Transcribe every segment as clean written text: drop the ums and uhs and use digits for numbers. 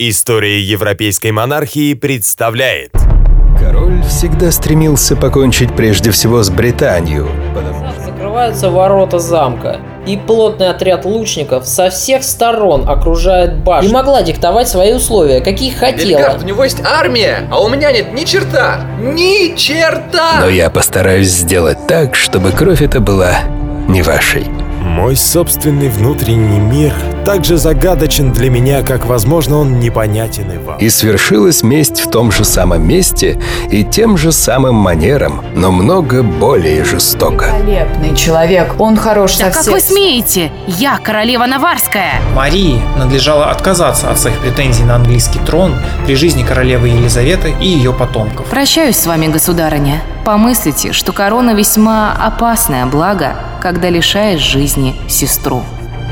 История европейской монархии представляет. Король всегда стремился покончить прежде всего с Британией, Закрываются ворота замка, и плотный отряд лучников со всех сторон окружает башню. И могла диктовать свои условия, какие хотела. Великард, у него есть армия, а у меня нет ни черта! Ни черта! Но я постараюсь сделать так, чтобы кровь эта была не вашей. Мой собственный внутренний мир так же загадочен для меня, как, возможно, он непонятен и вам. И свершилась месть в том же самом месте и тем же самым манерам, но много более жестоко. Великолепный человек, он хорош Да со как всех. вы смеете? Я королева Наварская. Марии надлежало отказаться от своих претензий на английский трон при жизни королевы Елизаветы и ее потомков. Прощаюсь с вами, государыня. Помыслите, что корона весьма опасное благо, когда лишаешь жизни сестру.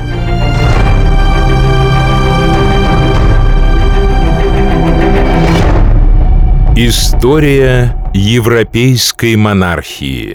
История европейской монархии.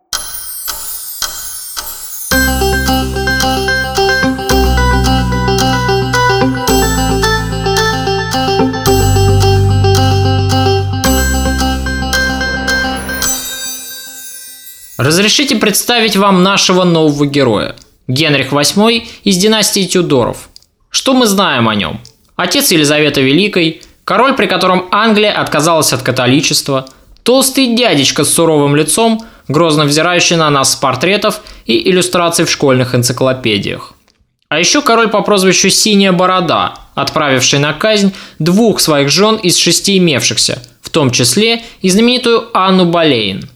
Разрешите представить вам нашего нового героя. Генрих VIII из династии Тюдоров. Что мы знаем о нем? Отец Елизаветы Великой, король, при котором Англия отказалась от католичества, толстый дядечка с суровым лицом, грозно взирающий на нас с портретов и иллюстраций в школьных энциклопедиях. А еще король по прозвищу Синяя Борода, отправивший на казнь 2 своих жен из 6 имевшихся, в том числе и знаменитую Анну Болейн.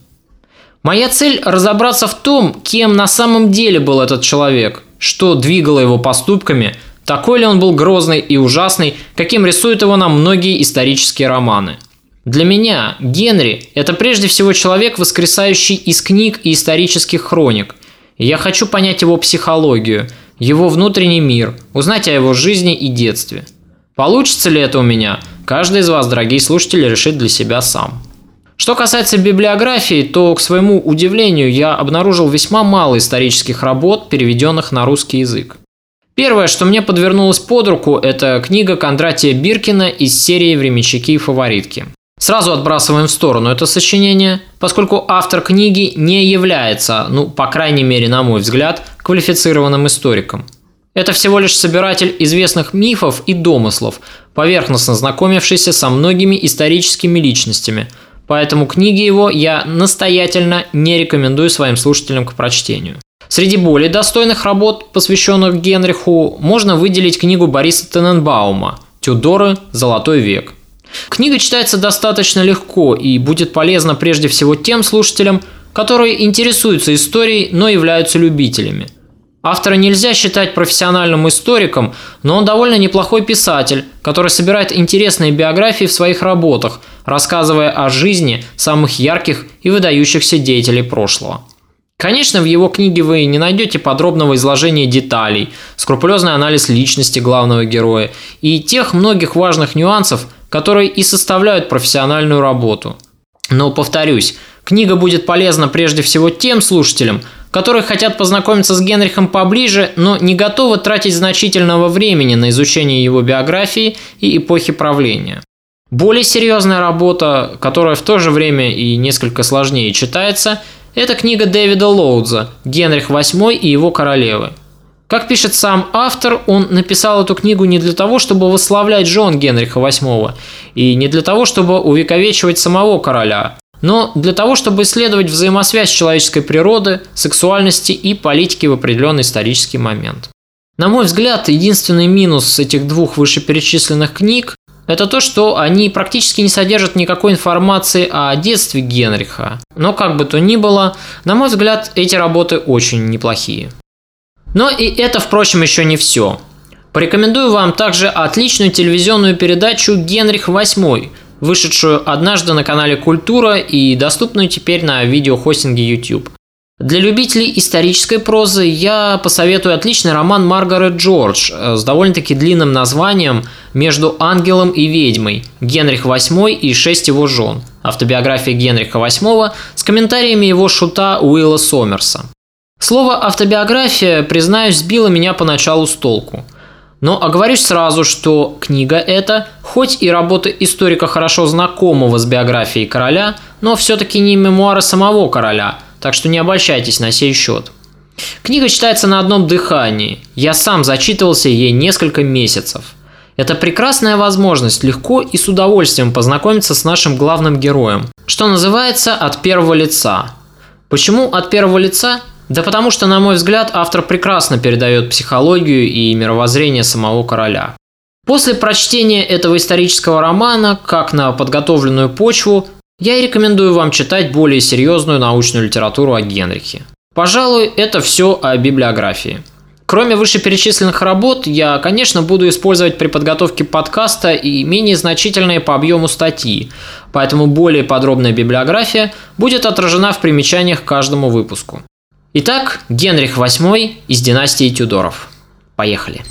Моя цель – разобраться в том, кем на самом деле был этот человек, что двигало его поступками, такой ли он был грозный и ужасный, каким рисуют его нам многие исторические романы. Для меня Генри – это прежде всего человек, воскресающий из книг и исторических хроник. И я хочу понять его психологию, его внутренний мир, узнать о его жизни и детстве. Получится ли это у меня? Каждый из вас, дорогие слушатели, решит для себя сам. Что касается библиографии, то, к своему удивлению, я обнаружил весьма мало исторических работ, переведенных на русский язык. Первое, что мне подвернулось под руку, это книга Кондратия Биркина из серии «Временщики и фаворитки». Сразу отбрасываем в сторону это сочинение, поскольку автор книги не является, по крайней мере, на мой взгляд, квалифицированным историком. Это всего лишь собиратель известных мифов и домыслов, поверхностно знакомившийся со многими историческими личностями, поэтому книги его я настоятельно не рекомендую своим слушателям к прочтению. Среди более достойных работ, посвященных Генриху, можно выделить книгу Бориса Тененбаума «Тюдоры. Золотой век». Книга читается достаточно легко и будет полезна прежде всего тем слушателям, которые интересуются историей, но являются любителями. Автора нельзя считать профессиональным историком, но он довольно неплохой писатель, который собирает интересные биографии в своих работах, рассказывая о жизни самых ярких и выдающихся деятелей прошлого. Конечно, в его книге вы не найдете подробного изложения деталей, скрупулезный анализ личности главного героя и тех многих важных нюансов, которые и составляют профессиональную работу. Но, повторюсь, книга будет полезна прежде всего тем слушателям, которые хотят познакомиться с Генрихом поближе, но не готовы тратить значительного времени на изучение его биографии и эпохи правления. Более серьезная работа, которая в то же время и несколько сложнее читается, это книга Дэвида Лоудза «Генрих VIII и его королевы». Как пишет сам автор, он написал эту книгу не для того, чтобы восславлять жен Генриха VIII, и не для того, чтобы увековечивать самого короля, но для того, чтобы исследовать взаимосвязь человеческой природы, сексуальности и политики в определенный исторический момент. На мой взгляд, единственный минус этих 2 вышеперечисленных книг – это то, что они практически не содержат никакой информации о детстве Генриха. Но как бы то ни было, на мой взгляд, эти работы очень неплохие. Но и это, впрочем, еще не все. Порекомендую вам также отличную телевизионную передачу «Генрих VIII», вышедшую однажды на канале «Культура» и доступную теперь на видеохостинге YouTube. Для любителей исторической прозы я посоветую отличный роман Маргарет Джордж с довольно-таки длинным названием «Между ангелом и ведьмой. Генрих VIII и 6 его жен». Автобиография Генриха VIII с комментариями его шута Уилла Сомерса. Слово «автобиография», признаюсь, сбило меня поначалу с толку. Но оговорюсь сразу, что книга эта, хоть и работа историка, хорошо знакомого с биографией короля, но все-таки не мемуары самого короля, так что не обольщайтесь на сей счет. Книга читается на одном дыхании. Я сам зачитывался ей несколько месяцев. Это прекрасная возможность легко и с удовольствием познакомиться с нашим главным героем, что называется, от первого лица. Почему от первого лица? Да потому что, на мой взгляд, автор прекрасно передает психологию и мировоззрение самого короля. После прочтения этого исторического романа, как на подготовленную почву, я и рекомендую вам читать более серьезную научную литературу о Генрихе. Пожалуй, это все о библиографии. Кроме вышеперечисленных работ, я, конечно, буду использовать при подготовке подкаста и менее значительные по объему статьи, поэтому более подробная библиография будет отражена в примечаниях к каждому выпуску. Итак, Генрих VIII из династии Тюдоров. Поехали.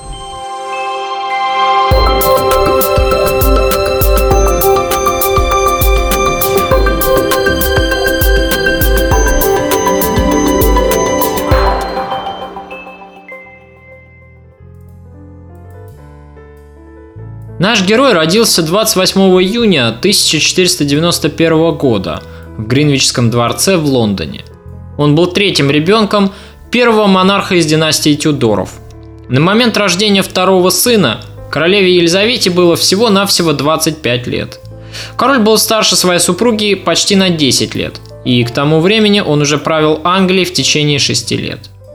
Наш герой родился 28 июня 1491 года в Гринвичском дворце в Лондоне. Он был третьим ребенком первого монарха из династии Тюдоров. На момент рождения второго сына королеве Елизавете было всего-навсего 25 лет. Король был старше своей супруги почти на 10 лет, и к тому времени он уже правил Англией в течение 6 лет.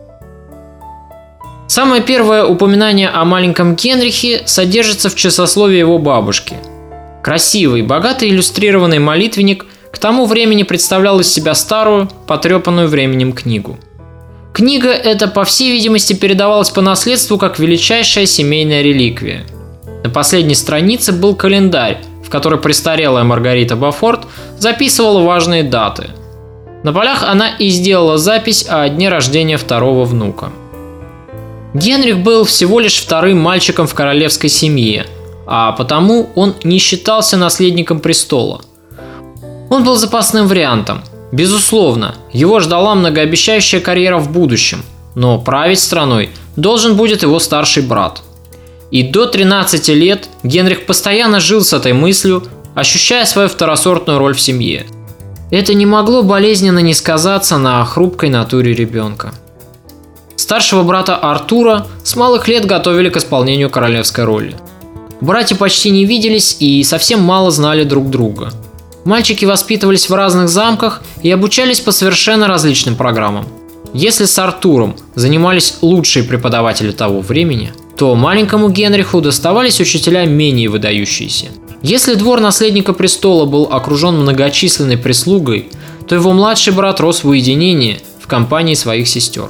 Самое первое упоминание о маленьком Генрихе содержится в часословии его бабушки. Красивый, богато иллюстрированный молитвенник к тому времени представлял из себя старую, потрепанную временем книгу. Книга эта, по всей видимости, передавалась по наследству как величайшая семейная реликвия. На последней странице был календарь, в который престарелая Маргарита Бофорт записывала важные даты. На полях она и сделала запись о дне рождения второго внука. Генрих был всего лишь вторым мальчиком в королевской семье, а потому он не считался наследником престола. Он был запасным вариантом. Безусловно, его ждала многообещающая карьера в будущем, но править страной должен будет его старший брат. И до 13 лет Генрих постоянно жил с этой мыслью, ощущая свою второсортную роль в семье. Это не могло болезненно не сказаться на хрупкой натуре ребенка. Старшего брата Артура с малых лет готовили к исполнению королевской роли. Братья почти не виделись и совсем мало знали друг друга. Мальчики воспитывались в разных замках и обучались по совершенно различным программам. Если с Артуром занимались лучшие преподаватели того времени, то маленькому Генриху доставались учителя менее выдающиеся. Если двор наследника престола был окружен многочисленной прислугой, то его младший брат рос в уединении в компании своих сестер.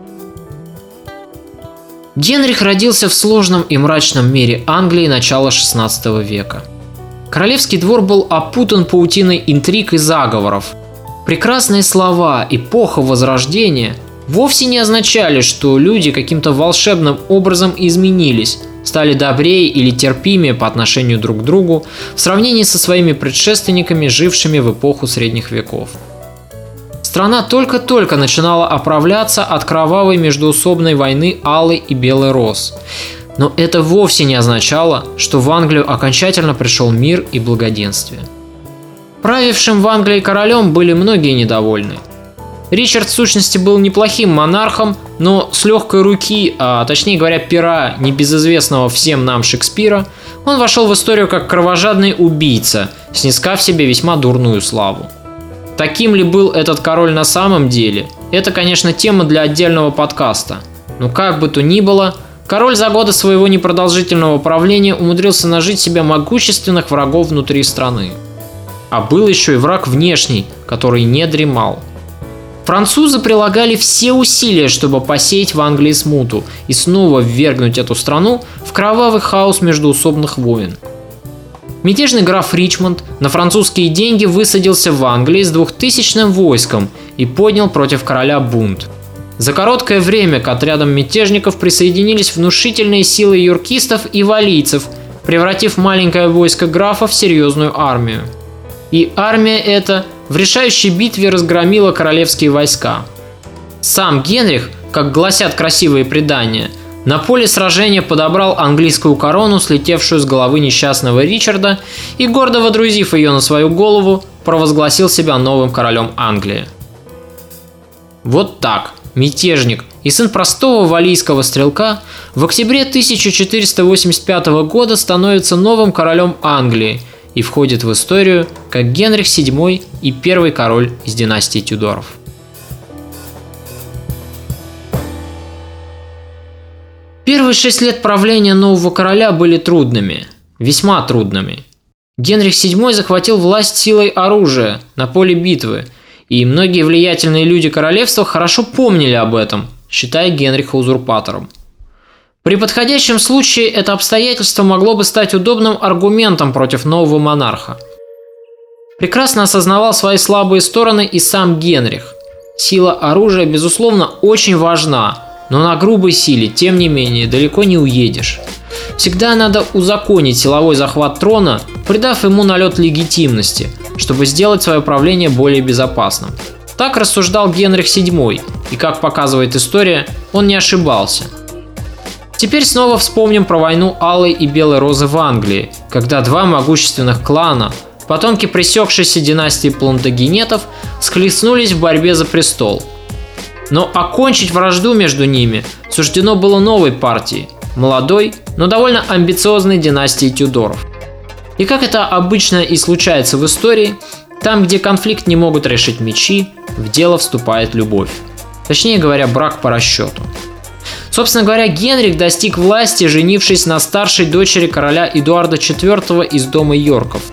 Генрих родился в сложном и мрачном мире Англии начала XVI века. Королевский двор был опутан паутиной интриг и заговоров. Прекрасные слова «эпоха Возрождения» вовсе не означали, что люди каким-то волшебным образом изменились, стали добрее или терпимее по отношению друг к другу в сравнении со своими предшественниками, жившими в эпоху средних веков. Страна только-только начинала оправляться от кровавой междоусобной войны Алой и Белой Роз. Но это вовсе не означало, что в Англию окончательно пришел мир и благоденствие. Правившим в Англии королем были многие недовольны. Ричард в сущности был неплохим монархом, но с легкой руки, а точнее говоря пера небезызвестного всем нам Шекспира, он вошел в историю как кровожадный убийца, снискав себе весьма дурную славу. Таким ли был этот король на самом деле? Это, конечно, тема для отдельного подкаста. Но как бы то ни было, король за годы своего непродолжительного правления умудрился нажить себе могущественных врагов внутри страны. А был еще и враг внешний, который не дремал. Французы прилагали все усилия, чтобы посеять в Англии смуту и снова ввергнуть эту страну в кровавый хаос междоусобных войн. Мятежный граф Ричмонд на французские деньги высадился в Англии с 2000-м войском и поднял против короля бунт. За короткое время к отрядам мятежников присоединились внушительные силы йоркистов и валлийцев, превратив маленькое войско графа в серьезную армию. И армия эта в решающей битве разгромила королевские войска. Сам Генрих, как гласят красивые предания, На поле сражения подобрал английскую корону, слетевшую с головы несчастного Ричарда, и, гордо водрузив ее на свою голову, провозгласил себя новым королем Англии. Вот так мятежник и сын простого валлийского стрелка в октябре 1485 года становится новым королем Англии и входит в историю как Генрих VII и первый король из династии Тюдоров. Первые 6 лет правления нового короля были трудными, весьма трудными. Генрих VII захватил власть силой оружия на поле битвы, и многие влиятельные люди королевства хорошо помнили об этом, считая Генриха узурпатором. При подходящем случае это обстоятельство могло бы стать удобным аргументом против нового монарха. Прекрасно осознавал свои слабые стороны и сам Генрих. Сила оружия, безусловно, очень важна, но на грубой силе, тем не менее, далеко не уедешь. Всегда надо узаконить силовой захват трона, придав ему налет легитимности, чтобы сделать свое правление более безопасным. Так рассуждал Генрих VII, и, как показывает история, он не ошибался. Теперь снова вспомним про войну Алой и Белой Розы в Англии, когда два могущественных клана, потомки пресекшейся династии Плантагенетов, схлестнулись в борьбе за престол. Но окончить вражду между ними суждено было новой партии, молодой, но довольно амбициозной династии Тюдоров. И как это обычно и случается в истории, там, где конфликт не могут решить мечи, в дело вступает любовь. Точнее говоря, брак по расчету. Собственно говоря, Генрих достиг власти, женившись на старшей дочери короля Эдуарда IV из дома Йорков.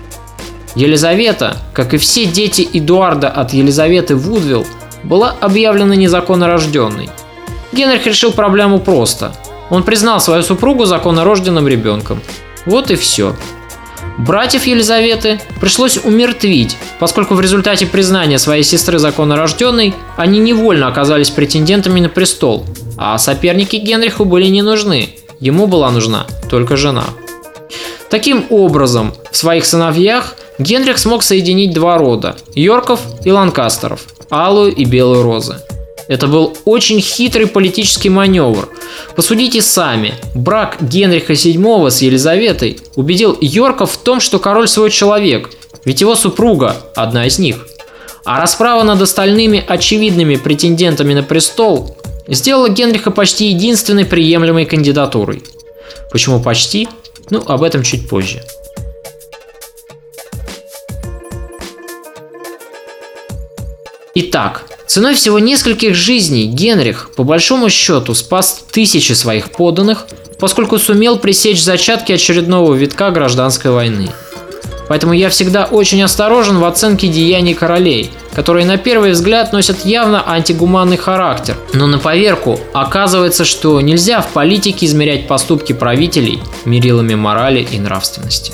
Елизавета, как и все дети Эдуарда от Елизаветы Вудвилл, была объявлена незаконнорожденной. Генрих решил проблему просто. Он признал свою супругу законнорожденным ребенком. Вот и все. Братьев Елизаветы пришлось умертвить, поскольку в результате признания своей сестры законнорожденной они невольно оказались претендентами на престол, а соперники Генриху были не нужны, ему была нужна только жена. Таким образом, в своих сыновьях Генрих смог соединить два рода – Йорков и Ланкастеров, Алую и Белую Розы. Это был очень хитрый политический маневр. Посудите сами, брак Генриха VII с Елизаветой убедил Йорков в том, что король свой человек, ведь его супруга – одна из них. А расправа над остальными очевидными претендентами на престол сделала Генриха почти единственной приемлемой кандидатурой. Почему почти? Об этом чуть позже. Итак, ценой всего нескольких жизней Генрих, по большому счету, спас тысячи своих подданных, поскольку сумел пресечь зачатки очередного витка гражданской войны. Поэтому я всегда очень осторожен в оценке деяний королей, которые на первый взгляд носят явно антигуманный характер, но на поверку оказывается, что нельзя в политике измерять поступки правителей мерилами морали и нравственности.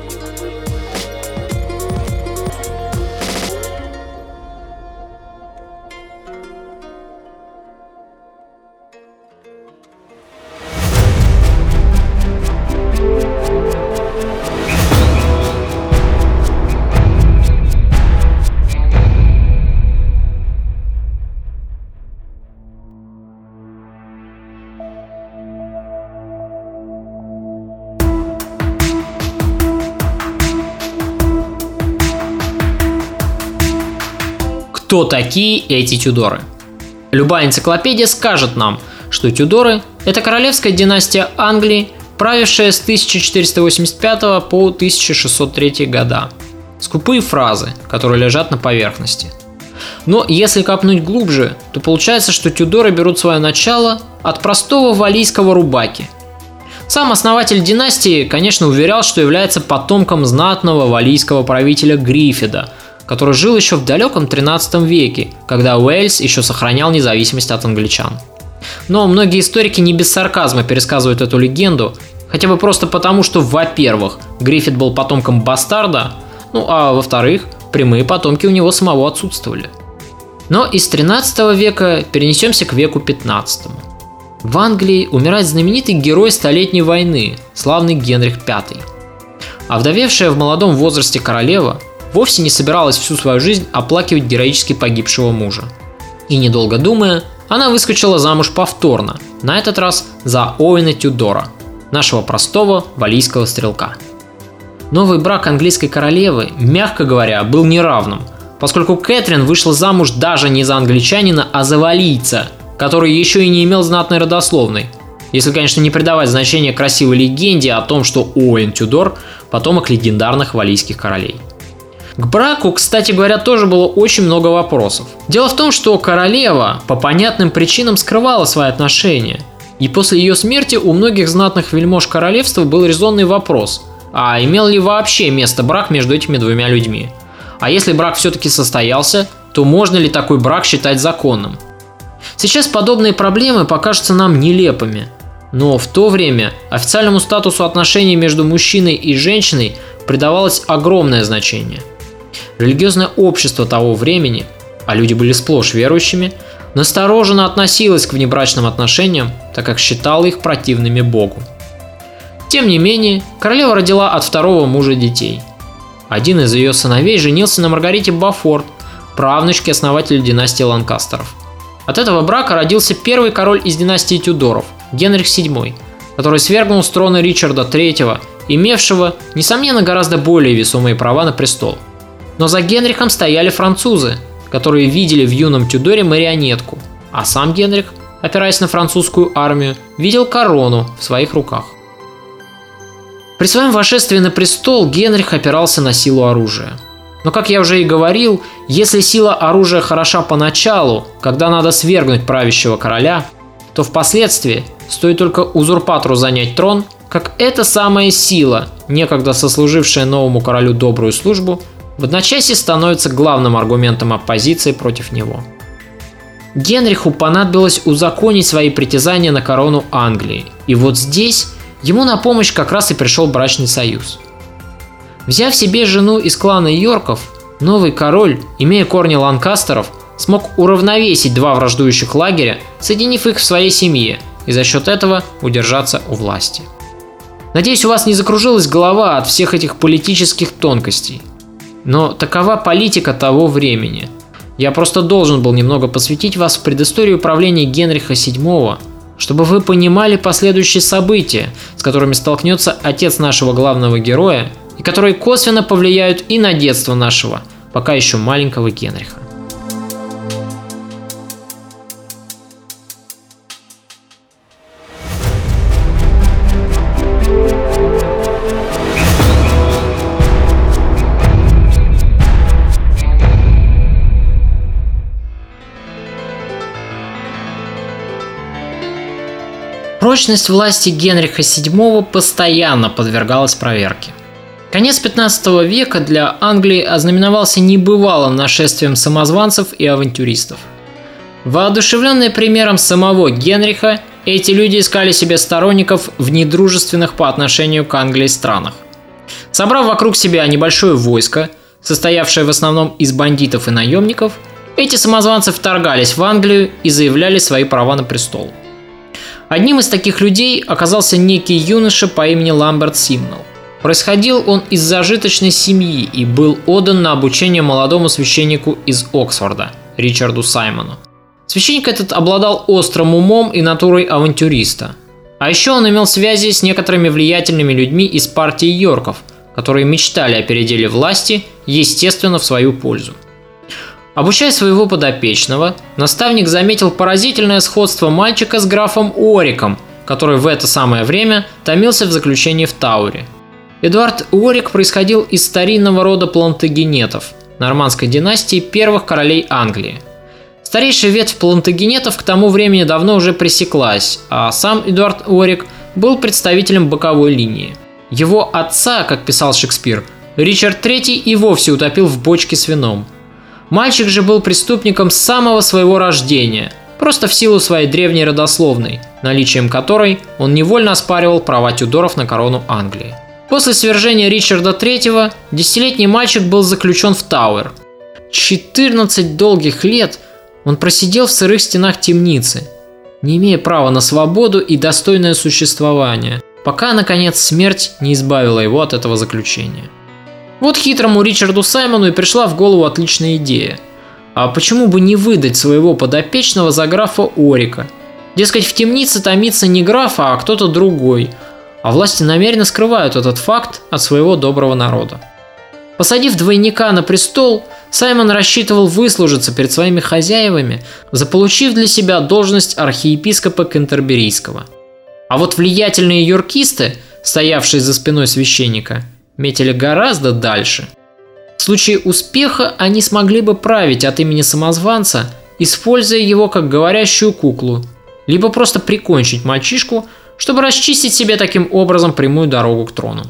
Кто такие эти Тюдоры? Любая энциклопедия скажет нам, что Тюдоры – это королевская династия Англии, правившая с 1485 по 1603 года. Скупые фразы, которые лежат на поверхности. Но если копнуть глубже, то получается, что Тюдоры берут свое начало от простого валлийского рубаки. Сам основатель династии, конечно, уверял, что является потомком знатного валлийского правителя Гриффида, который жил еще в далеком 13 веке, когда Уэльс еще сохранял независимость от англичан. Но многие историки не без сарказма пересказывают эту легенду, хотя бы просто потому, что, во-первых, Гриффит был потомком бастарда, а во-вторых, прямые потомки у него самого отсутствовали. Но из 13 века перенесемся к веку 15. В Англии умирает знаменитый герой Столетней войны, славный Генрих V. А вдовевшая в молодом возрасте королева вовсе не собиралась всю свою жизнь оплакивать героически погибшего мужа. И недолго думая, она выскочила замуж повторно, на этот раз за Оуэна Тюдора, нашего простого валлийского стрелка. Новый брак английской королевы, мягко говоря, был неравным, поскольку Кэтрин вышла замуж даже не за англичанина, а за валлийца, который еще и не имел знатной родословной, если, конечно, не придавать значения красивой легенде о том, что Оуэн Тюдор – потомок легендарных валлийских королей. К браку, кстати говоря, тоже было очень много вопросов. Дело в том, что королева по понятным причинам скрывала свои отношения, и после ее смерти у многих знатных вельмож королевства был резонный вопрос, а имел ли вообще место брак между этими двумя людьми? А если брак все-таки состоялся, то можно ли такой брак считать законным? Сейчас подобные проблемы покажутся нам нелепыми, но в то время официальному статусу отношений между мужчиной и женщиной придавалось огромное значение. Религиозное общество того времени, а люди были сплошь верующими, настороженно относилось к внебрачным отношениям, так как считало их противными Богу. Тем не менее, королева родила от второго мужа детей. Один из ее сыновей женился на Маргарите Бафорт, правнучке основателя династии Ланкастеров. От этого брака родился первый король из династии Тюдоров, Генрих VII, который свергнул с трона Ричарда III, имевшего, несомненно, гораздо более весомые права на престол. Но за Генрихом стояли французы, которые видели в юном Тюдоре марионетку, а сам Генрих, опираясь на французскую армию, видел корону в своих руках. При своем восшествии на престол Генрих опирался на силу оружия. Но, как я уже и говорил, если сила оружия хороша поначалу, когда надо свергнуть правящего короля, то впоследствии стоит только узурпатору занять трон, как эта самая сила, некогда сослужившая новому королю добрую службу, в одночасье становится главным аргументом оппозиции против него. Генриху понадобилось узаконить свои притязания на корону Англии, и вот здесь ему на помощь как раз и пришел брачный союз. Взяв себе жену из клана Йорков, новый король, имея корни Ланкастеров, смог уравновесить два враждующих лагеря, соединив их в своей семье, и за счет этого удержаться у власти. Надеюсь, у вас не закружилась голова от всех этих политических тонкостей. Но такова политика того времени. Я просто должен был немного посвятить вас в предысторию правления Генриха VII, чтобы вы понимали последующие события, с которыми столкнется отец нашего главного героя, и которые косвенно повлияют и на детство нашего, пока еще маленького Генриха. Прочность власти Генриха VII постоянно подвергалась проверке. Конец 15 века для Англии ознаменовался небывалым нашествием самозванцев и авантюристов. Воодушевленные примером самого Генриха, эти люди искали себе сторонников в недружественных по отношению к Англии странах. Собрав вокруг себя небольшое войско, состоявшее в основном из бандитов и наемников, эти самозванцы вторгались в Англию и заявляли свои права на престол. Одним из таких людей оказался некий юноша по имени Ламберт Симнелл. Происходил он из зажиточной семьи и был отдан на обучение молодому священнику из Оксфорда, Ричарду Саймону. Священник этот обладал острым умом и натурой авантюриста. А еще он имел связи с некоторыми влиятельными людьми из партии Йорков, которые мечтали о переделе власти, естественно, в свою пользу. Обучая своего подопечного, наставник заметил поразительное сходство мальчика с графом Уориком, который в это самое время томился в заключении в Тауэре. Эдуард Уорик происходил из старинного рода плантагенетов, нормандской династии первых королей Англии. Старейшая ветвь плантагенетов к тому времени давно уже пресеклась, а сам Эдуард Уорик был представителем боковой линии. Его отца, как писал Шекспир, Ричард III и вовсе утопил в бочке с вином. Мальчик же был преступником с самого своего рождения, просто в силу своей древней родословной, наличием которой он невольно оспаривал права Тюдоров на корону Англии. После свержения Ричарда III 10-летний мальчик был заключен в Тауэр. 14 долгих лет он просидел в сырых стенах темницы, не имея права на свободу и достойное существование, пока, наконец, смерть не избавила его от этого заключения. Вот хитрому Ричарду Саймону и пришла в голову отличная идея. А почему бы не выдать своего подопечного за графа Орика? Дескать, в темнице томится не граф, а кто-то другой. А власти намеренно скрывают этот факт от своего доброго народа. Посадив двойника на престол, Саймон рассчитывал выслужиться перед своими хозяевами, заполучив для себя должность архиепископа Кентерберийского. А вот влиятельные йоркисты, стоявшие за спиной священника, метили гораздо дальше. В случае успеха они смогли бы править от имени самозванца, используя его как говорящую куклу, либо просто прикончить мальчишку, чтобы расчистить себе таким образом прямую дорогу к трону.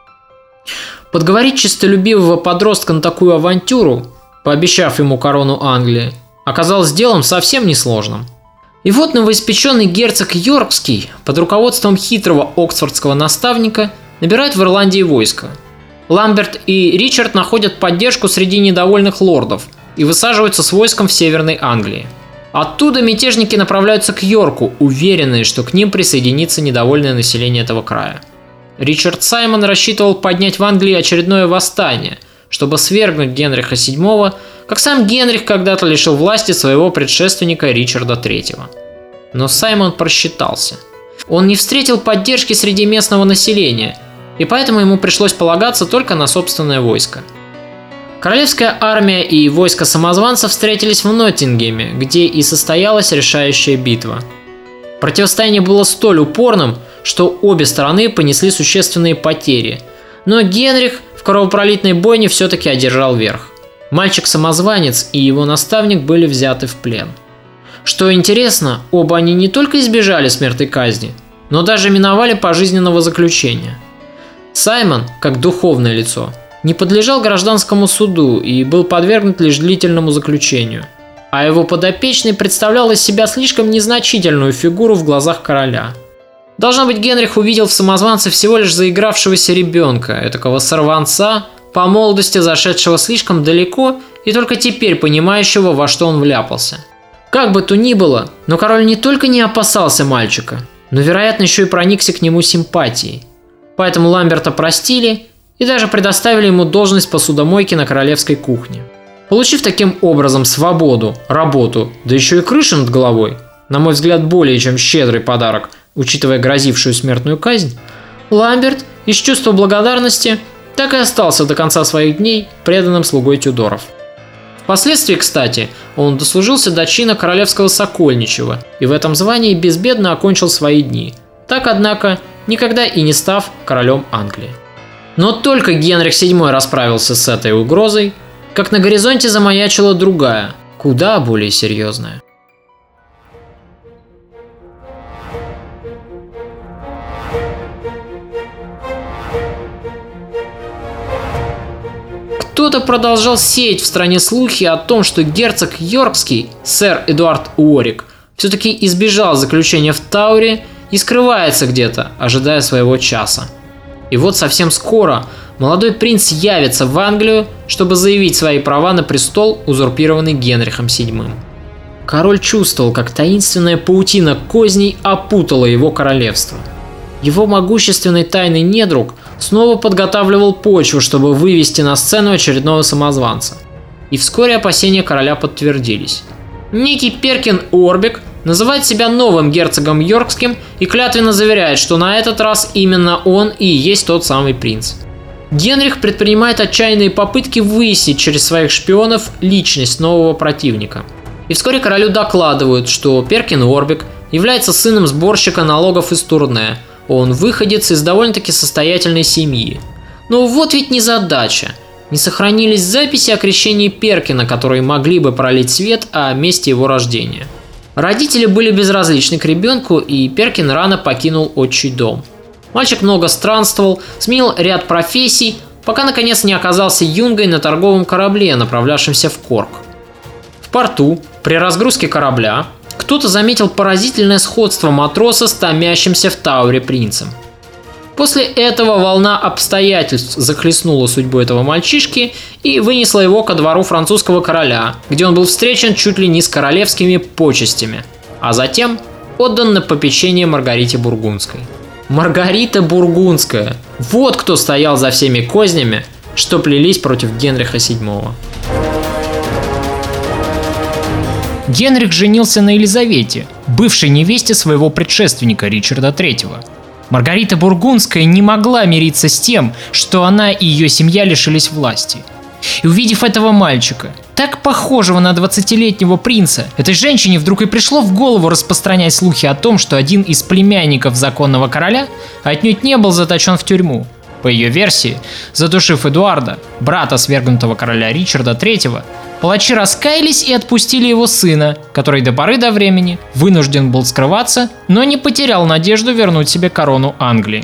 Подговорить честолюбивого подростка на такую авантюру, пообещав ему корону Англии, оказалось делом совсем несложным. И вот новоиспеченный герцог Йоркский под руководством хитрого оксфордского наставника набирает в Ирландии войско. Ламберт и Ричард находят поддержку среди недовольных лордов и высаживаются с войском в Северной Англии. Оттуда мятежники направляются к Йорку, уверенные, что к ним присоединится недовольное население этого края. Ричард Саймон рассчитывал поднять в Англии очередное восстание, чтобы свергнуть Генриха VII, как сам Генрих когда-то лишил власти своего предшественника Ричарда III. Но Саймон просчитался. Он не встретил поддержки среди местного населения, и поэтому ему пришлось полагаться только на собственное войско. Королевская армия и войско самозванца встретились в Ноттингеме, где и состоялась решающая битва. Противостояние было столь упорным, что обе стороны понесли существенные потери, но Генрих в кровопролитной бойне все-таки одержал верх. Мальчик-самозванец и его наставник были взяты в плен. Что интересно, оба они не только избежали смертной казни, но даже миновали пожизненного заключения. Саймон, как духовное лицо, не подлежал гражданскому суду и был подвергнут лишь длительному заключению, а его подопечный представлял из себя слишком незначительную фигуру в глазах короля. Должно быть, Генрих увидел в самозванце всего лишь заигравшегося ребенка, этакого сорванца, по молодости зашедшего слишком далеко и только теперь понимающего, во что он вляпался. Как бы то ни было, но король не только не опасался мальчика, но, вероятно, еще и проникся к нему симпатией. Поэтому Ламберта простили и даже предоставили ему должность посудомойки на королевской кухне. Получив таким образом свободу, работу, да еще и крышу над головой, на мой взгляд, более чем щедрый подарок, учитывая грозившую смертную казнь, Ламберт из чувства благодарности так и остался до конца своих дней преданным слугой Тюдоров. Впоследствии, кстати, он дослужился до чина королевского сокольничего и в этом звании безбедно окончил свои дни, так, однако, никогда и не став королем Англии. Но только Генрих VII расправился с этой угрозой, как на горизонте замаячила другая, куда более серьезная. Кто-то продолжал сеять в стране слухи о том, что герцог Йоркский, сэр Эдуард Уорик, все-таки избежал заключения в Тауре и скрывается где-то, ожидая своего часа. И вот совсем скоро молодой принц явится в Англию, чтобы заявить свои права на престол, узурпированный Генрихом VII. Король чувствовал, как таинственная паутина козней опутала его королевство. Его могущественный тайный недруг снова подготавливал почву, чтобы вывести на сцену очередного самозванца. И вскоре опасения короля подтвердились. Некий Перкин Уорбек называет себя новым герцогом Йоркским и клятвенно заверяет, что на этот раз именно он и есть тот самый принц. Генрих предпринимает отчаянные попытки выяснить через своих шпионов личность нового противника. И вскоре королю докладывают, что Перкин Уорбек является сыном сборщика налогов из Турне. Он выходец из довольно-таки состоятельной семьи. Но вот ведь незадача. Не сохранились записи о крещении Перкина, которые могли бы пролить свет о месте его рождения. Родители были безразличны к ребенку, и Перкин рано покинул отчий дом. Мальчик много странствовал, сменил ряд профессий, пока наконец не оказался юнгой на торговом корабле, направлявшемся в Корк. В порту, при разгрузке корабля, кто-то заметил поразительное сходство матроса с томящимся в Тауре принцем. После этого волна обстоятельств захлестнула судьбу этого мальчишки и вынесла его ко двору французского короля, где он был встречен чуть ли не с королевскими почестями, а затем отдан на попечение Маргарите Бургундской. Маргарита Бургундская – вот кто стоял за всеми кознями, что плелись против Генриха VII. Генрих женился на Елизавете, бывшей невесте своего предшественника Ричарда III. Маргарита Бургундская не могла мириться с тем, что она и ее семья лишились власти. И увидев этого мальчика, так похожего на 20-летнего принца, этой женщине вдруг и пришло в голову распространять слухи о том, что один из племянников законного короля отнюдь не был заточен в тюрьму. По ее версии, задушив Эдуарда, брата свергнутого короля Ричарда III, палачи раскаялись и отпустили его сына, который до поры до времени вынужден был скрываться, но не потерял надежду вернуть себе корону Англии.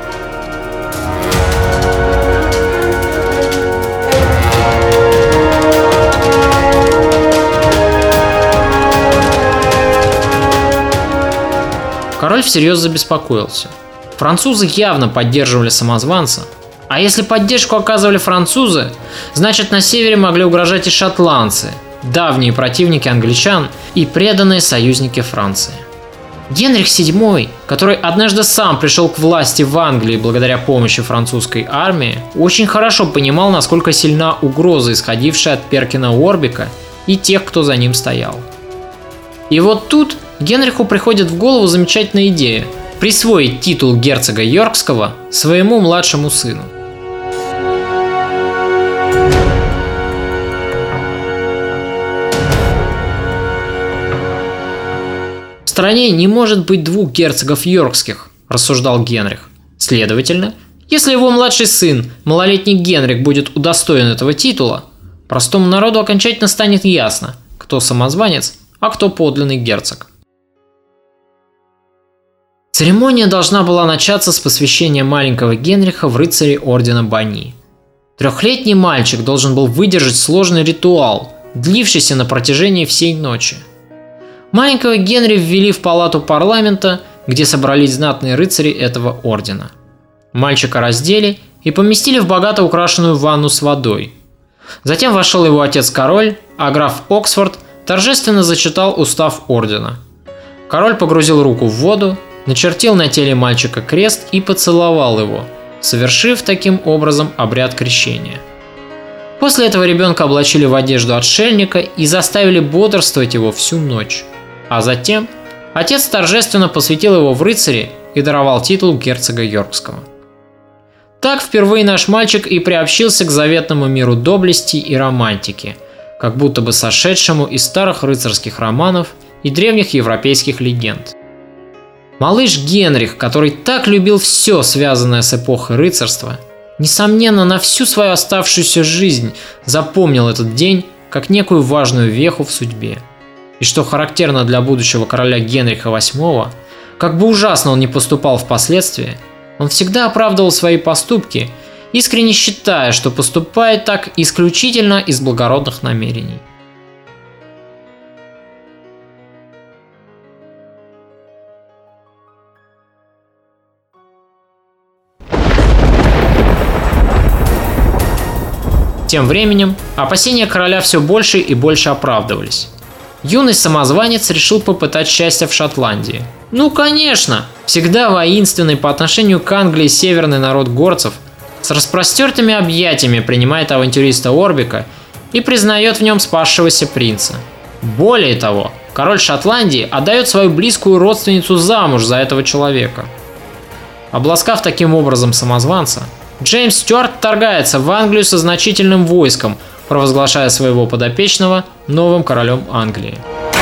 Король всерьез забеспокоился. Французы явно поддерживали самозванца, а если поддержку оказывали французы, значит на севере могли угрожать и шотландцы, давние противники англичан и преданные союзники Франции. Генрих VII, который однажды сам пришел к власти в Англии благодаря помощи французской армии, очень хорошо понимал, насколько сильна угроза, исходившая от Перкина Уорбека и тех, кто за ним стоял. И вот тут Генриху приходит в голову замечательная идея – присвоить титул герцога Йоркского своему младшему сыну. В стране не может быть двух герцогов Йоркских, рассуждал Генрих. Следовательно, если его младший сын, малолетний Генрих, будет удостоен этого титула, простому народу окончательно станет ясно, кто самозванец, а кто подлинный герцог. Церемония должна была начаться с посвящения маленького Генриха в рыцари ордена Бани. Трехлетний мальчик должен был выдержать сложный ритуал, длившийся на протяжении всей ночи. Маленького Генри ввели в палату парламента, где собрались знатные рыцари этого ордена. Мальчика раздели и поместили в богато украшенную ванну с водой. Затем вошел его отец-король, а граф Оксфорд торжественно зачитал устав ордена. Король погрузил руку в воду, начертил на теле мальчика крест и поцеловал его, совершив таким образом обряд крещения. После этого ребенка облачили в одежду отшельника и заставили бодрствовать его всю ночь. А затем отец торжественно посвятил его в рыцари и даровал титул герцога Йоркского. Так впервые наш мальчик и приобщился к заветному миру доблести и романтики, как будто бы сошедшему из старых рыцарских романов и древних европейских легенд. Малыш Генрих, который так любил все, связанное с эпохой рыцарства, несомненно, на всю свою оставшуюся жизнь запомнил этот день как некую важную веху в судьбе. И что характерно для будущего короля Генриха VIII, как бы ужасно он ни поступал впоследствии, он всегда оправдывал свои поступки, искренне считая, что поступает так исключительно из благородных намерений. Тем временем опасения короля все больше и больше оправдывались. Юный самозванец решил попытать счастье в Шотландии. Ну конечно, всегда воинственный по отношению к Англии северный народ горцев с распростертыми объятиями принимает авантюриста Уорбека и признает в нем спасшегося принца. Более того, король Шотландии отдает свою близкую родственницу замуж за этого человека. Обласкав таким образом самозванца, Джеймс Стюарт вторгается в Англию со значительным войском, провозглашая своего подопечного новым королем Англии.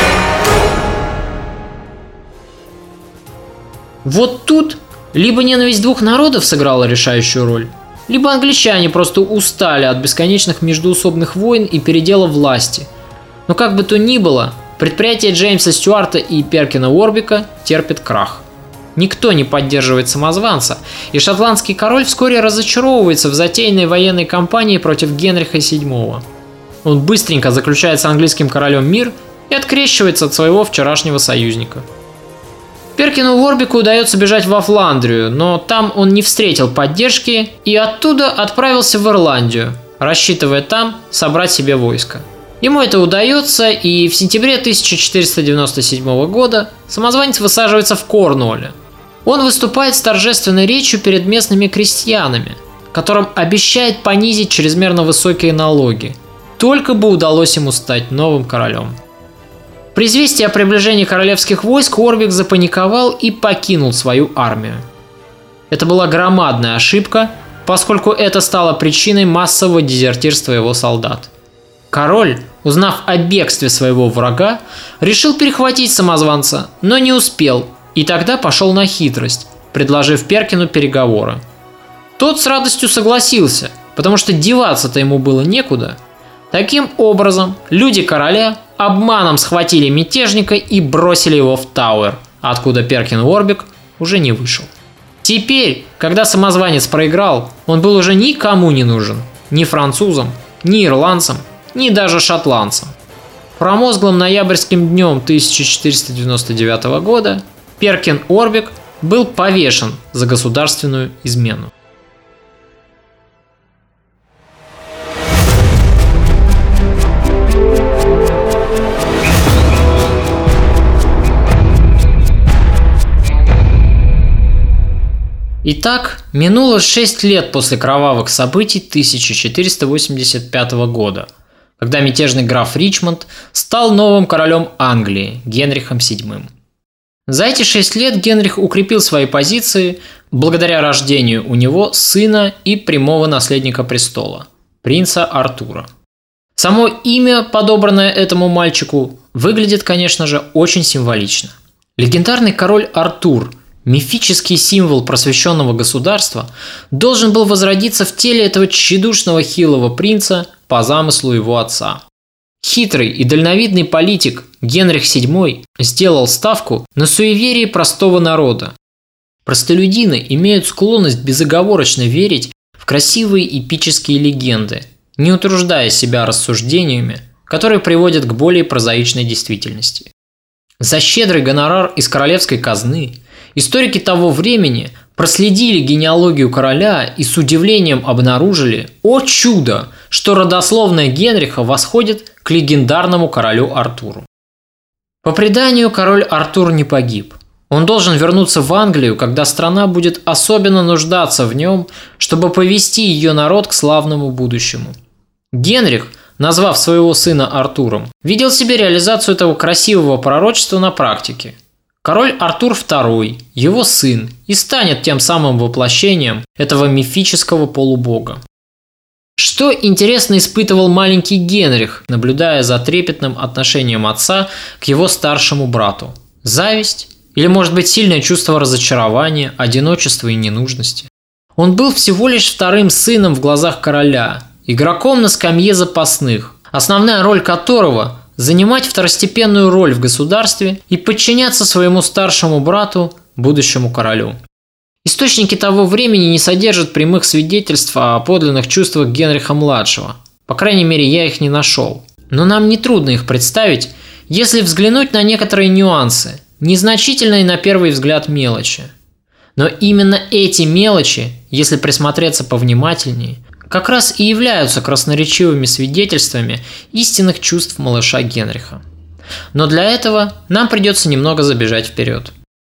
Вот тут либо ненависть двух народов сыграла решающую роль, либо англичане просто устали от бесконечных междоусобных войн и передела власти. Но как бы то ни было, предприятие Джеймса Стюарта и Перкина Уорбека терпит крах. Никто не поддерживает самозванца, и шотландский король вскоре разочаровывается в затеянной военной кампании против Генриха VII. Он быстренько заключает с английским королем мир и открещивается от своего вчерашнего союзника. Перкину Уорбеку удается бежать во Фландрию, но там он не встретил поддержки и оттуда отправился в Ирландию, рассчитывая там собрать себе войско. Ему это удается, и в сентябре 1497 года самозванец высаживается в Корнуолле. Он выступает с торжественной речью перед местными крестьянами, которым обещает понизить чрезмерно высокие налоги, только бы удалось ему стать новым королем. При известии о приближении королевских войск Орбик запаниковал и покинул свою армию. Это была громадная ошибка, поскольку это стало причиной массового дезертирства его солдат. Король, узнав о бегстве своего врага, решил перехватить самозванца, но не успел, и тогда пошел на хитрость, предложив Перкину переговоры. Тот с радостью согласился, потому что деваться-то ему было некуда. Таким образом, люди короля обманом схватили мятежника и бросили его в Тауэр, откуда Перкин Уорбик уже не вышел. Теперь, когда самозванец проиграл, он был уже никому не нужен. Ни французам, ни ирландцам, ни даже шотландцам. Промозглым ноябрьским днем 1499 года Перкин Уорбик был повешен за государственную измену. Итак, минуло 6 лет после кровавых событий 1485 года, когда мятежный граф Ричмонд стал новым королем Англии, Генрихом VII. За эти 6 лет Генрих укрепил свои позиции благодаря рождению у него сына и прямого наследника престола, принца Артура. Само имя, подобранное этому мальчику, выглядит, конечно же, очень символично. Легендарный король Артур, мифический символ просвещенного государства, должен был возродиться в теле этого тщедушного хилого принца по замыслу его отца. Хитрый и дальновидный политик Генрих VII сделал ставку на суеверие простого народа. Простолюдины имеют склонность безоговорочно верить в красивые эпические легенды, не утруждая себя рассуждениями, которые приводят к более прозаичной действительности. За щедрый гонорар из королевской казны историки того времени проследили генеалогию короля и с удивлением обнаружили, о чудо, что родословная Генриха восходит к легендарному королю Артуру. По преданию, король Артур не погиб. Он должен вернуться в Англию, когда страна будет особенно нуждаться в нем, чтобы повести ее народ к славному будущему. Генрих, назвав своего сына Артуром, видел себе реализацию этого красивого пророчества на практике. Король Артур II, его сын, и станет тем самым воплощением этого мифического полубога. Что, интересно, испытывал маленький Генрих, наблюдая за трепетным отношением отца к его старшему брату? Зависть? Или, может быть, сильное чувство разочарования, одиночества и ненужности? Он был всего лишь вторым сыном в глазах короля, игроком на скамье запасных, основная роль которого – занимать второстепенную роль в государстве и подчиняться своему старшему брату, будущему королю. Источники того времени не содержат прямых свидетельств о подлинных чувствах Генриха-младшего. По крайней мере, я их не нашел. Но нам нетрудно их представить, если взглянуть на некоторые нюансы, незначительные на первый взгляд мелочи. Но именно эти мелочи, если присмотреться повнимательнее, как раз и являются красноречивыми свидетельствами истинных чувств малыша Генриха. Но для этого нам придется немного забежать вперед.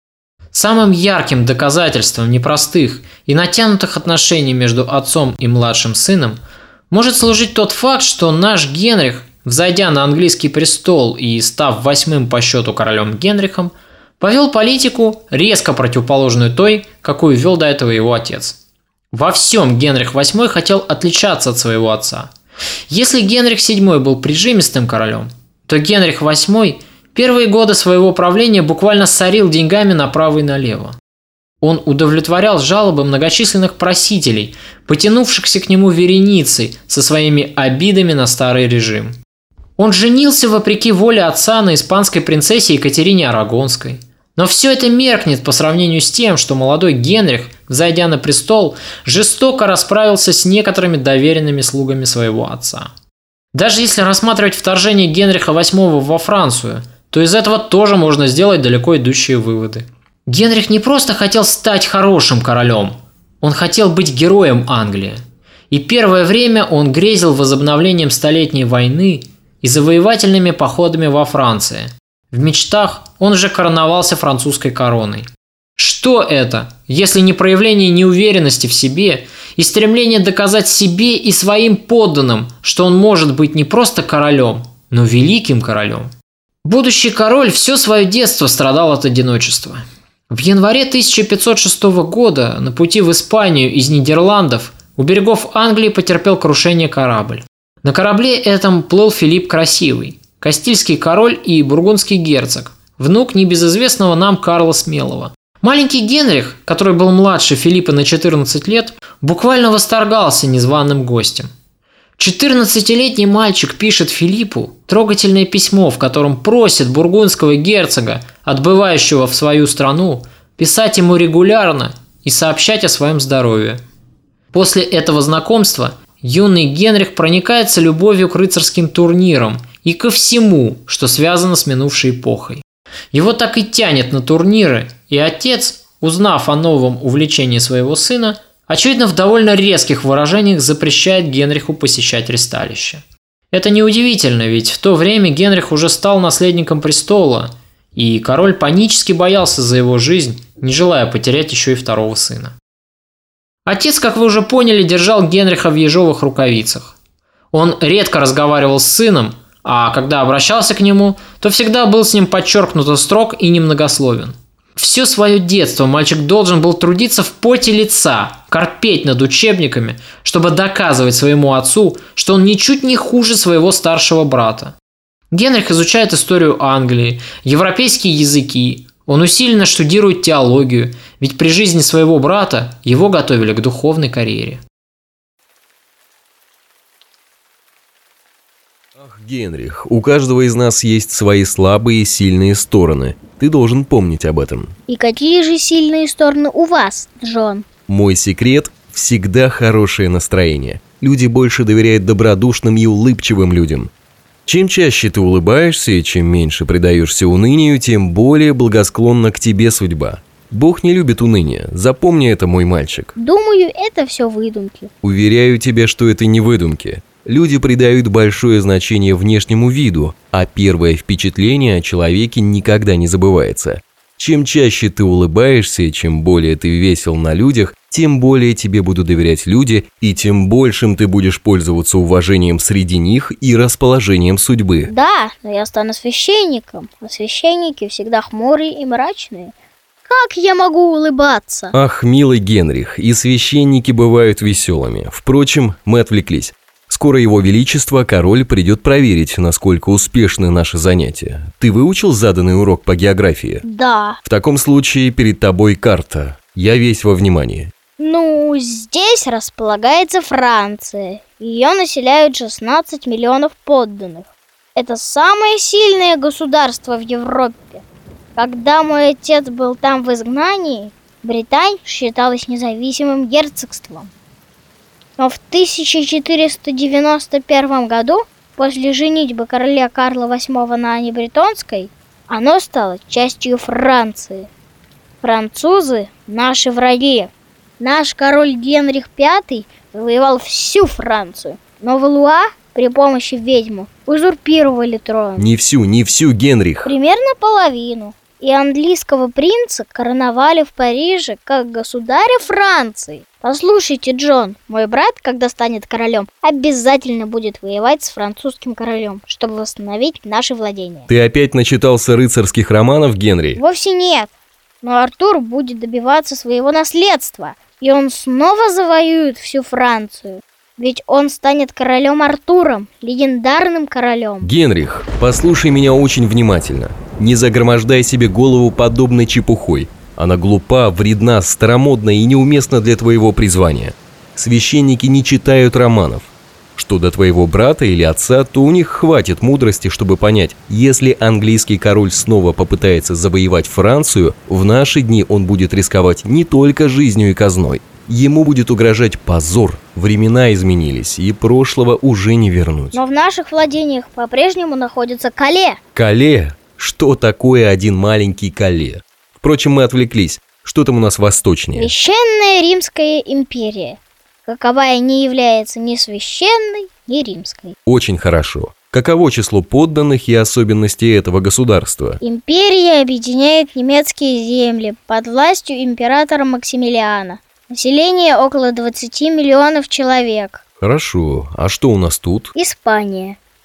Самым ярким доказательством непростых и натянутых отношений между отцом и младшим сыном может служить тот факт, что наш Генрих, взойдя на английский престол и став 8-м по счету королем Генрихом, повел политику, резко противоположную той, какую вел до этого его отец. Во всем Генрих VIII хотел отличаться от своего отца. Если Генрих VII был прижимистым королем, то Генрих VIII первые годы своего правления буквально сорил деньгами направо и налево. Он удовлетворял жалобы многочисленных просителей, потянувшихся к нему вереницей со своими обидами на старый режим. Он женился вопреки воле отца на испанской принцессе Екатерине Арагонской. Но все это меркнет по сравнению с тем, что молодой Генрих, взойдя на престол, жестоко расправился с некоторыми доверенными слугами своего отца. Даже если рассматривать вторжение Генриха VIII во Францию, то из этого тоже можно сделать далеко идущие выводы. Генрих не просто хотел стать хорошим королем, он хотел быть героем Англии. И первое время он грезил возобновлением Столетней войны и завоевательными походами во Франции. В мечтах он уже короновался французской короной. Что это, если не проявление неуверенности в себе и стремление доказать себе и своим подданным, что он может быть не просто королем, но великим королем? Будущий король все свое детство страдал от одиночества. В январе 1506 года на пути в Испанию из Нидерландов у берегов Англии потерпел крушение корабль. На корабле этом плыл Филипп Красивый, кастильский король и бургундский герцог, внук небезызвестного нам Карла Смелого. Маленький Генрих, который был младше Филиппа на 14 лет, буквально восторгался незваным гостем. 14-летний мальчик пишет Филиппу трогательное письмо, в котором просит бургундского герцога, отбывающего в свою страну, писать ему регулярно и сообщать о своем здоровье. После этого знакомства юный Генрих проникается любовью к рыцарским турнирам и ко всему, что связано с минувшей эпохой. Его так и тянет на турниры, и отец, узнав о новом увлечении своего сына, очевидно, в довольно резких выражениях запрещает Генриху посещать ристалище. Это неудивительно, ведь в то время Генрих уже стал наследником престола, и король панически боялся за его жизнь, не желая потерять еще и второго сына. Отец, как вы уже поняли, держал Генриха в ежовых рукавицах. Он редко разговаривал с сыном, а когда обращался к нему, то всегда был с ним подчеркнуто строг и немногословен. Все свое детство мальчик должен был трудиться в поте лица, корпеть над учебниками, чтобы доказывать своему отцу, что он ничуть не хуже своего старшего брата. Генрих изучает историю Англии, европейские языки, он усиленно штудирует теологию, ведь при жизни своего брата его готовили к духовной карьере. Генрих, у каждого из нас есть свои слабые и сильные стороны. Ты должен помнить об этом. И какие же сильные стороны у вас, Джон? Мой секрет – всегда хорошее настроение. Люди больше доверяют добродушным и улыбчивым людям. Чем чаще ты улыбаешься и чем меньше предаешься унынию, тем более благосклонна к тебе судьба. Бог не любит уныния. Запомни это, мой мальчик. Думаю, это все выдумки. Уверяю тебя, что это не выдумки. Люди придают большое значение внешнему виду, а первое впечатление о человеке никогда не забывается. Чем чаще ты улыбаешься и чем более ты весел на людях, тем более тебе будут доверять люди, и тем большим ты будешь пользоваться уважением среди них и расположением судьбы. Да, но я стану священником, а священники всегда хмурые и мрачные. Как я могу улыбаться? Ах, милый Генрих, и священники бывают веселыми. Впрочем, мы отвлеклись. Скоро его величество, король, придет проверить, насколько успешны наши занятия. Ты выучил заданный урок по географии? Да. В таком случае перед тобой карта. Я весь во внимании. Здесь располагается Франция. Ее населяют 16 миллионов подданных. Это самое сильное государство в Европе. Когда мой отец был там в изгнании, Британь считалась независимым герцогством. Но в 1491 году, после женитьбы короля Карла VIII на Анне Бретонской, оно стало частью Франции. Французы – наши враги. Наш король Генрих V завоевал всю Францию, но Валуа при помощи ведьмы узурпировали трон. Не всю, Генрих. Примерно половину. И английского принца короновали в Париже как государя Франции. Послушайте, Джон, мой брат, когда станет королем, обязательно будет воевать с французским королем, чтобы восстановить наши владения. Ты опять начитался рыцарских романов, Генри? Вовсе нет. Но Артур будет добиваться своего наследства, и он снова завоюет всю Францию. Ведь он станет королем Артуром, легендарным королем. Генрих, послушай меня очень внимательно. Не загромождай себе голову подобной чепухой. Она глупа, вредна, старомодна и неуместна для твоего призвания. Священники не читают романов. Что до твоего брата или отца, то у них хватит мудрости, чтобы понять, если английский король снова попытается завоевать Францию, в наши дни он будет рисковать не только жизнью и казной. Ему будет угрожать позор. Времена изменились, и прошлого уже не вернуть. Но в наших владениях по-прежнему находится Кале. Кале? Что такое один маленький Кале? Впрочем, мы отвлеклись. Что там у нас восточнее? Священная Римская империя. Каковая не является ни священной, ни римской. Очень хорошо. Каково число подданных и особенности этого государства? Империя объединяет немецкие земли под властью императора Максимилиана. Население около 20 миллионов человек. Хорошо. А что у нас тут? Испания.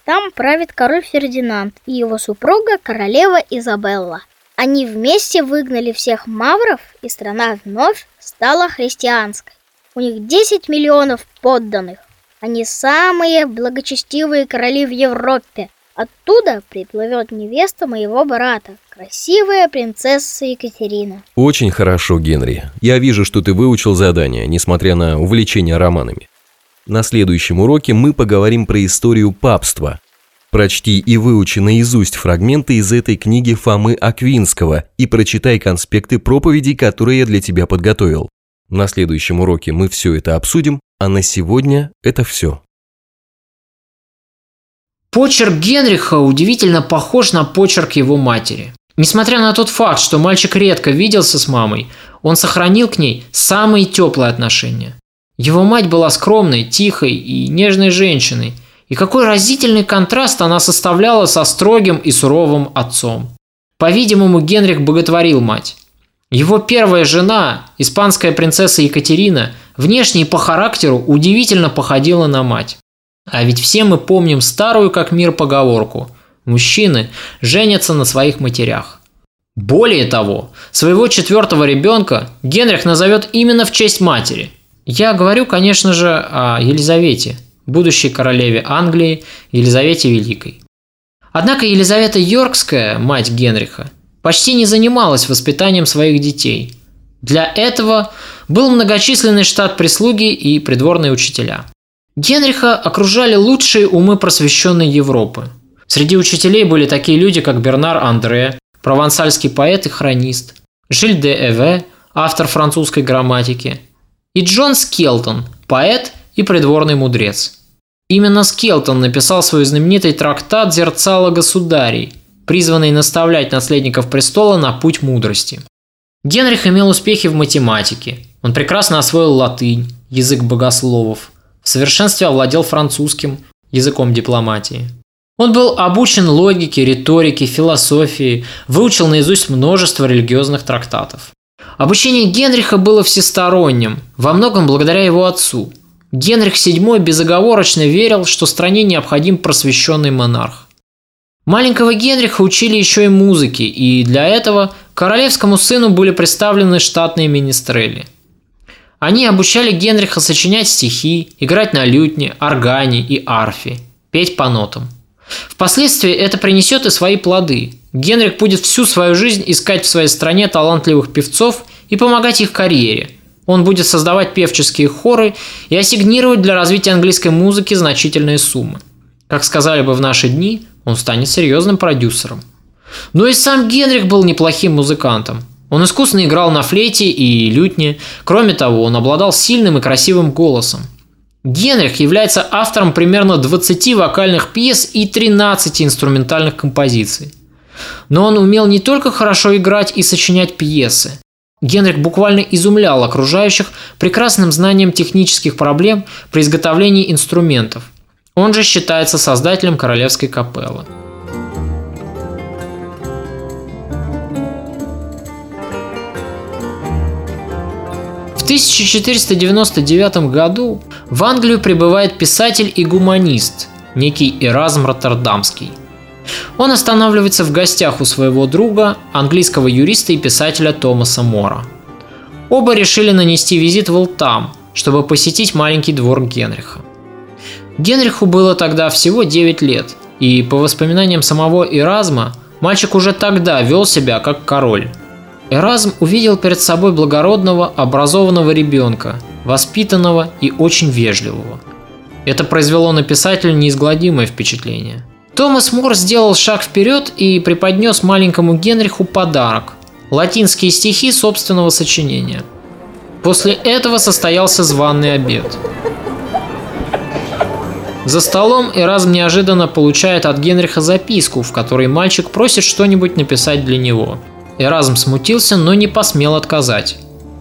Там правит король Фердинанд и его супруга королева Изабелла. Они вместе выгнали всех мавров, и страна вновь стала христианской. У них 10 миллионов подданных. Они самые благочестивые короли в Европе. Оттуда приплывет невеста моего брата, красивая принцесса Екатерина. Очень хорошо, Генри. Я вижу, что ты выучил задание, несмотря на увлечение романами. На следующем уроке мы поговорим про историю папства. Прочти и выучи наизусть фрагменты из этой книги Фомы Аквинского и прочитай конспекты проповедей, которые я для тебя подготовил. На следующем уроке мы все это обсудим, а на сегодня это все. Почерк Генриха удивительно похож на почерк его матери. Несмотря на тот факт, что мальчик редко виделся с мамой, он сохранил к ней самые теплые отношения. Его мать была скромной, тихой и нежной женщиной, и какой разительный контраст она составляла со строгим и суровым отцом. По-видимому, Генрих боготворил мать. Его первая жена, испанская принцесса Екатерина, внешне и по характеру удивительно походила на мать. А ведь все мы помним старую как мир поговорку: мужчины женятся на своих матерях. Более того, своего 4-го ребенка Генрих назовет именно в честь матери. Я говорю, конечно же, о Елизавете, будущей королеве Англии, Елизавете Великой. Однако Елизавета Йоркская, мать Генриха, почти не занималась воспитанием своих детей. Для этого был многочисленный штат прислуги и придворные учителя. Генриха окружали лучшие умы просвещенной Европы. Среди учителей были такие люди, как Бернар Андре, провансальский поэт и хронист, Жиль де Эве, автор французской грамматики, и Джон Скелтон, поэт и придворный мудрец. Именно Скелтон написал свой знаменитый трактат «Зерцало государей», призванный наставлять наследников престола на путь мудрости. Генрих имел успехи в математике. Он прекрасно освоил латынь, язык богословов, в совершенстве овладел французским, языком дипломатии. Он был обучен логике, риторике, философии, выучил наизусть множество религиозных трактатов. Обучение Генриха было всесторонним, во многом благодаря его отцу. Генрих VII безоговорочно верил, что стране необходим просвещенный монарх. Маленького Генриха учили еще и музыке, и для этого королевскому сыну были представлены штатные министрели. Они обучали Генриха сочинять стихи, играть на лютне, органе и арфе, петь по нотам. Впоследствии это принесет и свои плоды. Генрих будет всю свою жизнь искать в своей стране талантливых певцов и помогать их карьере. Он будет создавать певческие хоры и ассигнировать для развития английской музыки значительные суммы. Как сказали бы в наши дни, он станет серьезным продюсером. Но и сам Генрих был неплохим музыкантом. Он искусно играл на флейте и лютне. Кроме того, он обладал сильным и красивым голосом. Генрих является автором примерно 20 вокальных пьес и 13 инструментальных композиций. Но он умел не только хорошо играть и сочинять пьесы. Генрих буквально изумлял окружающих прекрасным знанием технических проблем при изготовлении инструментов. Он же считается создателем королевской капеллы. В 1499 году в Англию прибывает писатель и гуманист, некий Эразм Роттердамский. Он останавливается в гостях у своего друга, английского юриста и писателя Томаса Мора. Оба решили нанести визит в Элтам, чтобы посетить маленький двор Генриха. Генриху было тогда всего 9 лет, и по воспоминаниям самого Эразма, мальчик уже тогда вел себя как король. Эразм увидел перед собой благородного, образованного ребенка, воспитанного и очень вежливого. Это произвело на писателя неизгладимое впечатление. Томас Мор сделал шаг вперед и преподнес маленькому Генриху подарок – латинские стихи собственного сочинения. После этого состоялся званый обед. За столом Эразм неожиданно получает от Генриха записку, в которой мальчик просит что-нибудь написать для него. Эразм смутился, но не посмел отказать.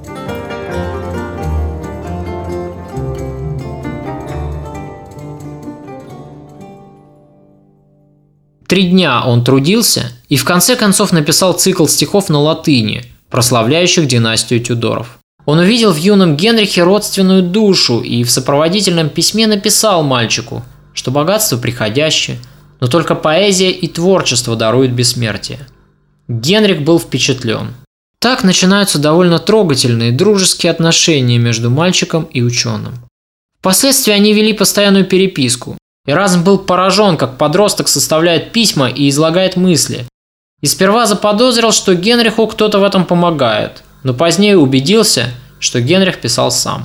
Три дня он трудился и в конце концов написал цикл стихов на латыни, прославляющих династию Тюдоров. Он увидел в юном Генрихе родственную душу и в сопроводительном письме написал мальчику, что богатство приходящее, Но только поэзия и творчество даруют бессмертие. Генрих был впечатлен. Так начинаются довольно трогательные дружеские отношения между мальчиком и ученым. Впоследствии они вели постоянную переписку. Эразм был поражен, как подросток составляет письма и излагает мысли. И сперва заподозрил, что Генриху кто-то в этом помогает, но позднее убедился, что Генрих писал сам.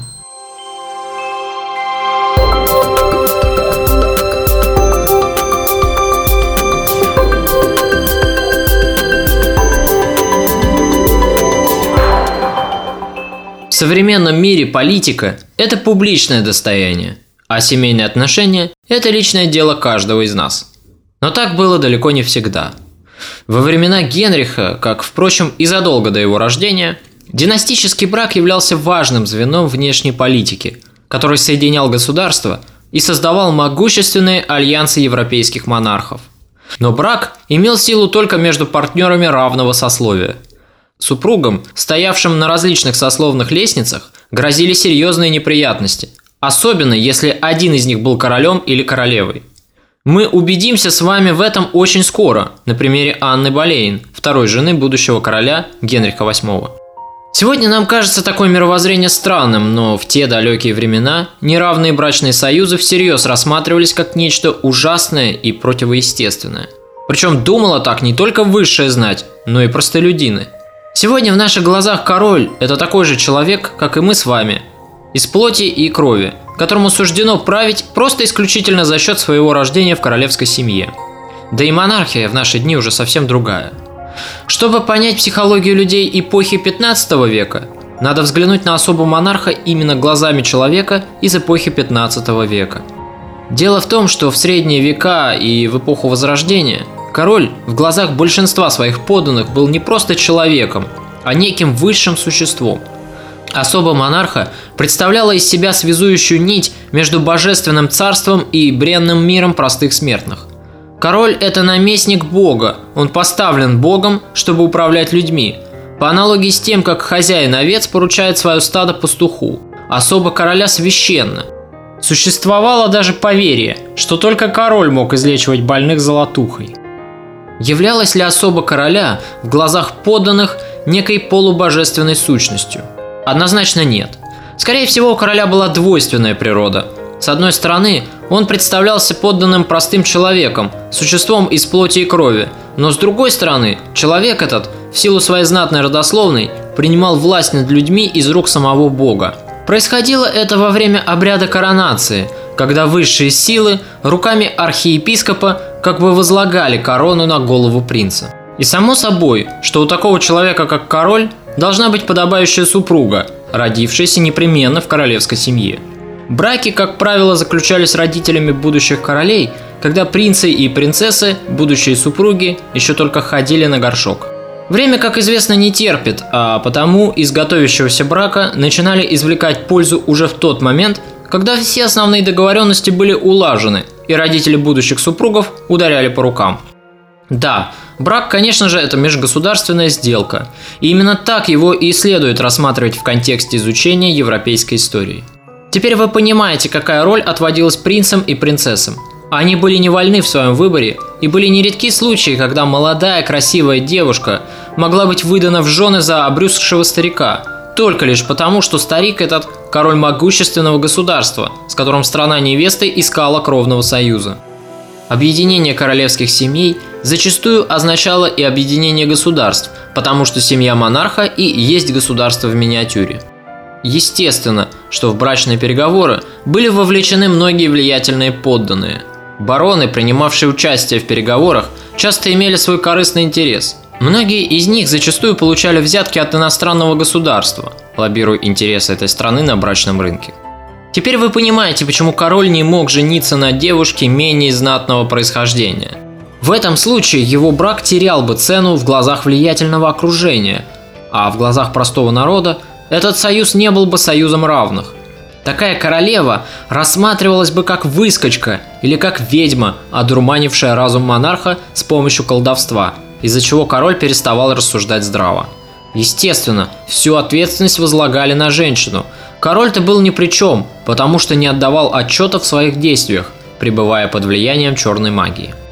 В современном мире политика – это публичное достояние, а семейные отношения – это личное дело каждого из нас. Но так было далеко не всегда. Во времена Генриха, как, впрочем, и задолго до его рождения, династический брак являлся важным звеном внешней политики, который соединял государства и создавал могущественные альянсы европейских монархов. Но брак имел силу только между партнерами равного сословия. Супругам, стоявшим на различных сословных лестницах, грозили серьезные неприятности, особенно если один из них был королем или королевой. Мы убедимся с вами в этом очень скоро, на примере Анны Болейн, второй жены будущего короля Генриха VIII. Сегодня нам кажется такое мировоззрение странным, но в те далекие времена неравные брачные союзы всерьез рассматривались как нечто ужасное и противоестественное. Причем думала так не только высшая знать, но и простолюдины. Сегодня в наших глазах король – это такой же человек, как и мы с вами, из плоти и крови, которому суждено править просто исключительно за счет своего рождения в королевской семье. Да и монархия в наши дни уже совсем другая. Чтобы понять психологию людей эпохи 15 века, надо взглянуть на особу монарха именно глазами человека из эпохи 15 века. Дело в том, что в средние века и в эпоху Возрождения король в глазах большинства своих подданных был не просто человеком, а неким высшим существом. Особа монарха представляла из себя связующую нить между божественным царством и бренным миром простых смертных. Король – это наместник Бога, он поставлен Богом, чтобы управлять людьми. По аналогии с тем, как хозяин-овец поручает свое стадо пастуху, особа короля священна. Существовало даже поверье, что только король мог излечивать больных золотухой. Являлась ли особа короля в глазах подданных некой полубожественной сущностью? Однозначно нет. Скорее всего, у короля была двойственная природа. С одной стороны, он представлялся подданным простым человеком, существом из плоти и крови, но с другой стороны, человек этот, в силу своей знатной родословной, принимал власть над людьми из рук самого Бога. Происходило это во время обряда коронации, когда высшие силы руками архиепископа как бы возлагали корону на голову принца. И само собой, что у такого человека, как король, должна быть подобающая супруга, родившаяся непременно в королевской семье. Браки, как правило, заключались родителями будущих королей, когда принцы и принцессы, будущие супруги, еще только ходили на горшок. Время, как известно, не терпит, а потому из готовящегося брака начинали извлекать пользу уже в тот момент, когда все основные договоренности были улажены, и родители будущих супругов ударяли по рукам. Да, брак, конечно же, это межгосударственная сделка, и именно так его и следует рассматривать в контексте изучения европейской истории. Теперь вы понимаете, какая роль отводилась принцам и принцессам. Они были не вольны в своем выборе, и были нередки случаи, когда молодая красивая девушка могла быть выдана в жены за обрюзгшего старика, только лишь потому, что старик этот – король могущественного государства, с которым страна невесты искала кровного союза. Объединение королевских семей зачастую означало и объединение государств, потому что семья монарха и есть государство в миниатюре. Естественно, что в брачные переговоры были вовлечены многие влиятельные подданные. Бароны, принимавшие участие в переговорах, часто имели свой корыстный интерес. Многие из них зачастую получали взятки от иностранного государства, лоббируя интересы этой страны на брачном рынке. Теперь вы понимаете, почему король не мог жениться на девушке менее знатного происхождения. В этом случае его брак терял бы цену в глазах влиятельного окружения, а в глазах простого народа этот союз не был бы союзом равных. Такая королева рассматривалась бы как выскочка или как ведьма, одурманившая разум монарха с помощью колдовства, из-за чего король переставал рассуждать здраво. Естественно, всю ответственность возлагали на женщину. Король-то был ни при чем, потому что не отдавал отчета в своих действиях, пребывая под влиянием черной магии.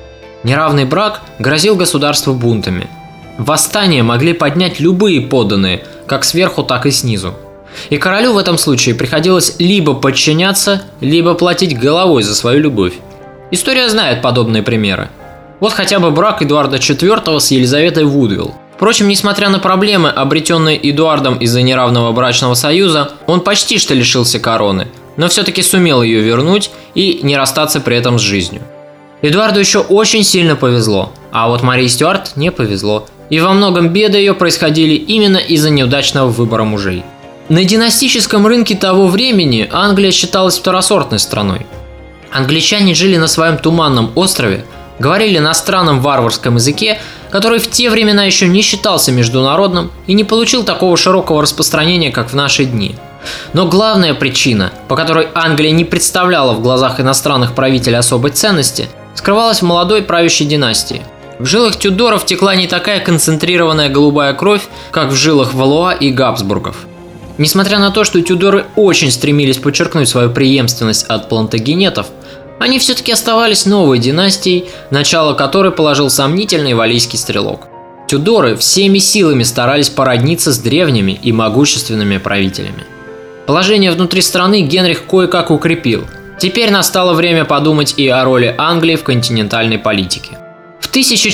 Неравный брак грозил государству бунтами. Восстания могли поднять любые подданные, как сверху, так и снизу. И королю в этом случае приходилось либо подчиняться, либо платить головой за свою любовь. История знает подобные примеры. Вот хотя бы брак Эдуарда IV с Елизаветой Вудвилл. Впрочем, несмотря на проблемы, обретенные Эдуардом из-за неравного брачного союза, он почти что лишился короны, но все-таки сумел ее вернуть и не расстаться при этом с жизнью. Эдуарду еще очень сильно повезло, а вот Марии Стюарт не повезло, и во многом беды ее происходили именно из-за неудачного выбора мужей. На династическом рынке того времени Англия считалась второсортной страной. Англичане жили на своем туманном острове, говорили на странном варварском языке, который в те времена еще не считался международным и не получил такого широкого распространения, как в наши дни. Но главная причина, по которой Англия не представляла в глазах иностранных правителей особой ценности, скрывалась в молодой правящей династии. В жилах Тюдоров текла не такая концентрированная голубая кровь, как в жилах Валуа и Габсбургов. Несмотря на то, что Тюдоры очень стремились подчеркнуть свою преемственность от плантагенетов, они все-таки оставались новой династией, начало которой положил сомнительный валлийский стрелок. Тюдоры всеми силами старались породниться с древними и могущественными правителями. Положение внутри страны Генрих кое-как укрепил. Теперь настало время подумать и о роли Англии в континентальной политике. В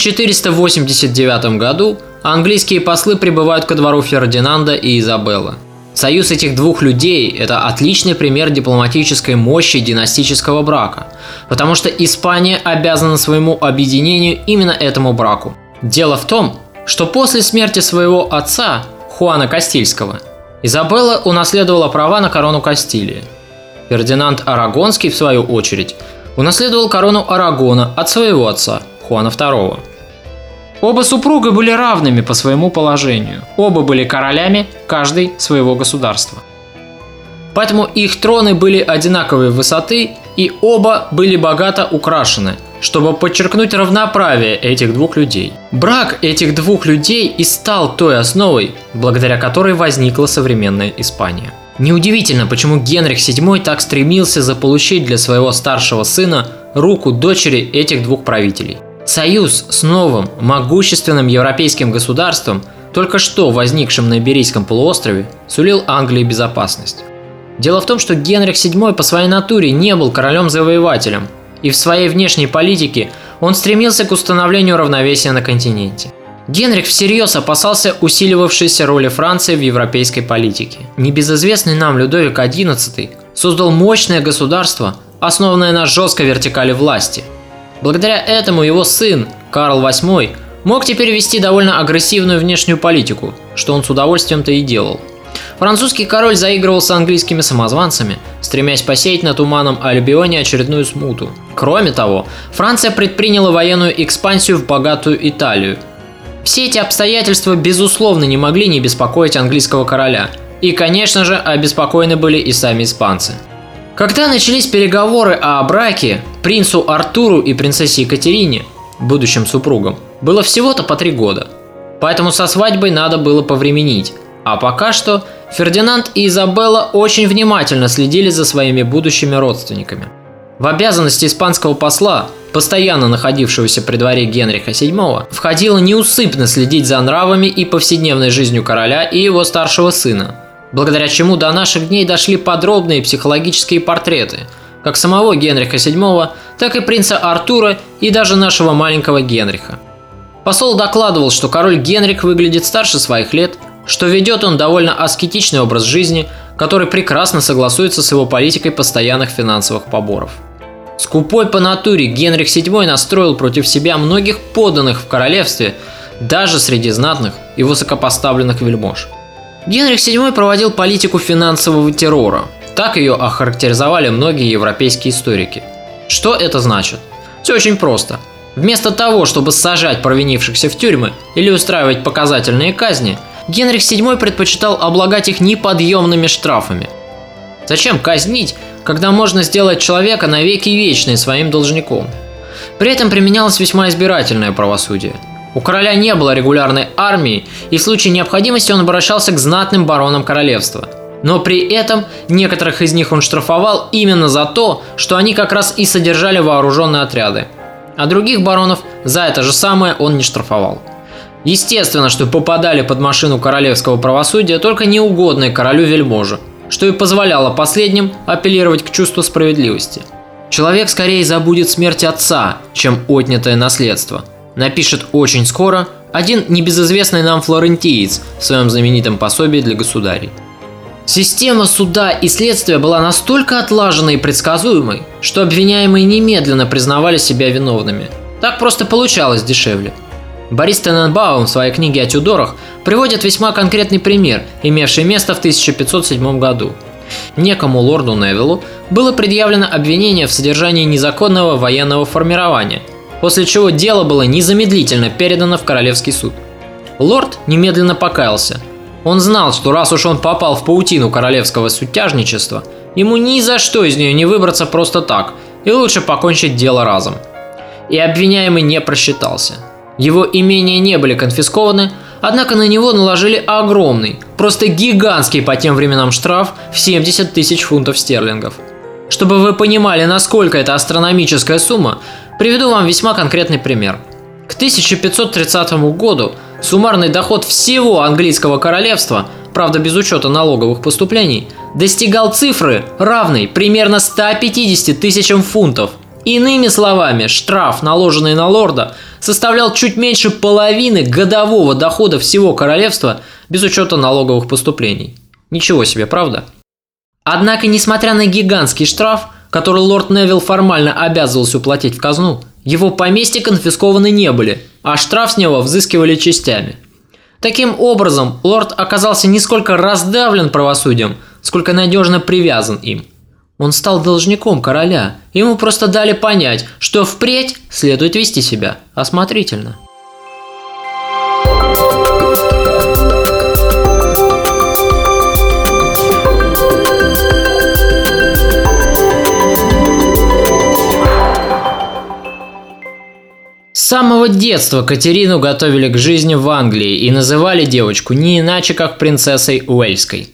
1489 году английские послы прибывают ко двору Фердинанда и Изабеллы. Союз этих двух людей – это отличный пример дипломатической мощи династического брака, потому что Испания обязана своему объединению именно этому браку. Дело в том, что после смерти своего отца, Хуана Кастильского, Изабелла унаследовала права на корону Кастилии. Фердинанд Арагонский, в свою очередь, унаследовал корону Арагона от своего отца, Хуана II. Оба супруга были равными по своему положению. Оба были королями, каждый своего государства. Поэтому их троны были одинаковой высоты, и оба были богато украшены, чтобы подчеркнуть равноправие этих двух людей. Брак этих двух людей и стал той основой, благодаря которой возникла современная Испания. Неудивительно, почему Генрих VII так стремился заполучить для своего старшего сына руку дочери этих двух правителей. Союз с новым, могущественным европейским государством, только что возникшим на Иберийском полуострове, сулил Англии безопасность. Дело в том, что Генрих VII по своей натуре не был королем-завоевателем, и в своей внешней политике он стремился к установлению равновесия на континенте. Генрих всерьез опасался усиливавшейся роли Франции в европейской политике. Небезызвестный нам Людовик XI создал мощное государство, основанное на жесткой вертикали власти. Благодаря этому его сын, Карл VIII, мог теперь вести довольно агрессивную внешнюю политику, что он с удовольствием-то и делал. Французский король заигрывал с английскими самозванцами, стремясь посеять на Туманном Альбионе очередную смуту. Кроме того, Франция предприняла военную экспансию в богатую Италию. Все эти обстоятельства, безусловно, не могли не беспокоить английского короля. И, конечно же, обеспокоены были и сами испанцы. Когда начались переговоры о браке, принцу Артуру и принцессе Екатерине, будущим супругам, было всего-то по 3 года. Поэтому со свадьбой надо было повременить. А пока что Фердинанд и Изабелла очень внимательно следили за своими будущими родственниками. В обязанности испанского посла, постоянно находившегося при дворе Генриха VII, входило неусыпно следить за нравами и повседневной жизнью короля и его старшего сына, благодаря чему до наших дней дошли подробные психологические портреты как самого Генриха VII, так и принца Артура и даже нашего маленького Генриха. Посол докладывал, что король Генрих выглядит старше своих лет, что ведет он довольно аскетичный образ жизни, который прекрасно согласуется с его политикой постоянных финансовых поборов. Скупой по натуре Генрих VII настроил против себя многих подданных в королевстве, даже среди знатных и высокопоставленных вельмож. Генрих VII проводил политику финансового террора. Так ее охарактеризовали многие европейские историки. Что это значит? Все очень просто. Вместо того, чтобы сажать провинившихся в тюрьмы или устраивать показательные казни, Генрих VII предпочитал облагать их неподъемными штрафами. Зачем казнить, когда можно сделать человека навеки вечной своим должником? При этом применялось весьма избирательное правосудие. У короля не было регулярной армии, и в случае необходимости он обращался к знатным баронам королевства. Но при этом некоторых из них он штрафовал именно за то, что они как раз и содержали вооруженные отряды. а других баронов за это же самое он не штрафовал. Естественно, что попадали под машину королевского правосудия только неугодные королю вельможи, что и позволяло последним апеллировать к чувству справедливости. «Человек скорее забудет смерть отца, чем отнятое наследство», напишет очень скоро один небезызвестный нам флорентиец в своем знаменитом пособии для государей. Система суда и следствия была настолько отлаженной и предсказуемой, что обвиняемые немедленно признавали себя виновными. Так просто получалось дешевле. Борис Тененбаум в своей книге о Тюдорах приводит весьма конкретный пример, имевший место в 1507 году. Некому лорду Невиллу было предъявлено обвинение в содержании незаконного военного формирования, после чего дело было незамедлительно передано в Королевский суд. Лорд немедленно покаялся. Он знал, что раз уж он попал в паутину королевского сутяжничества, ему ни за что из нее не выбраться просто так, и лучше покончить дело разом. И обвиняемый не просчитался. Его имения не были конфискованы, однако на него наложили огромный, просто гигантский по тем временам штраф в 70 тысяч фунтов стерлингов. Чтобы вы понимали, насколько это астрономическая сумма, приведу вам весьма конкретный пример. К 1530 году суммарный доход всего английского королевства, правда без учета налоговых поступлений, достигал цифры, равной примерно 150 тысячам фунтов. Иными словами, штраф, наложенный на лорда, составлял чуть меньше половины годового дохода всего королевства без учета налоговых поступлений. Ничего себе, правда? Однако, несмотря на гигантский штраф, который лорд Невилл формально обязывался уплатить в казну, его поместья конфискованы не были, а штраф с него взыскивали частями. Таким образом, лорд оказался не сколько раздавлен правосудием, сколько надежно привязан им. Он стал должником короля, ему просто дали понять, что впредь следует вести себя осмотрительно. С самого детства Катерину готовили к жизни в Англии и называли девочку не иначе, как принцессой Уэльской.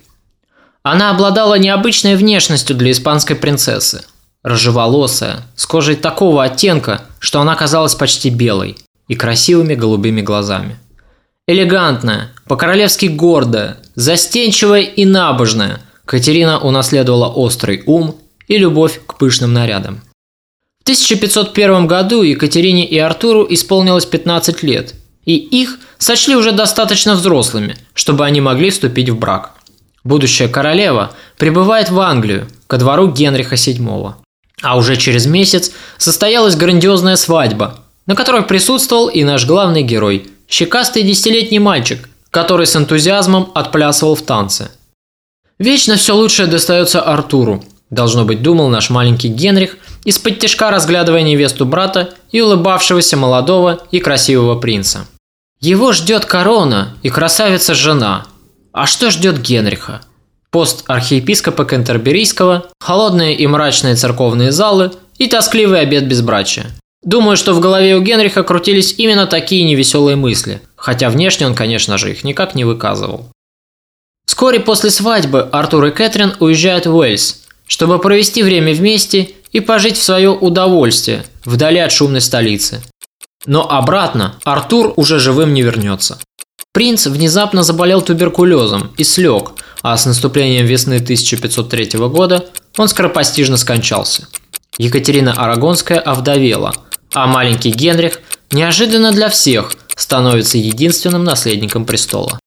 Она обладала необычной внешностью для испанской принцессы. Рыжеволосая, с кожей такого оттенка, что она казалась почти белой, и красивыми голубыми глазами. Элегантная, по-королевски гордая, застенчивая и набожная, Катерина унаследовала острый ум и любовь к пышным нарядам. В 1501 году Екатерине и Артуру исполнилось 15 лет, и их сочли уже достаточно взрослыми, чтобы они могли вступить в брак. Будущая королева прибывает в Англию, ко двору Генриха VII. А уже через месяц состоялась грандиозная свадьба, на которой присутствовал и наш главный герой, щекастый 10-летний мальчик, который с энтузиазмом отплясывал в танце. Вечно все лучшее достается Артуру, должно быть, думал наш маленький Генрих, из-под-тишка разглядывая невесту брата и улыбавшегося молодого и красивого принца. Его ждет корона и красавица-жена. А что ждет Генриха? Пост архиепископа Кентерберийского, холодные и мрачные церковные залы и тоскливый обет безбрачия. Думаю, что в голове у Генриха крутились именно такие невеселые мысли, хотя внешне он, конечно же, их никак не выказывал. Вскоре после свадьбы Артур и Кэтрин уезжают в Уэльс, чтобы провести время вместе и пожить в свое удовольствие, вдали от шумной столицы. Но обратно Артур уже живым не вернется. Принц внезапно заболел туберкулезом и слег, а с наступлением весны 1503 года он скоропостижно скончался. Екатерина Арагонская овдовела, а маленький Генрих неожиданно для всех становится единственным наследником престола.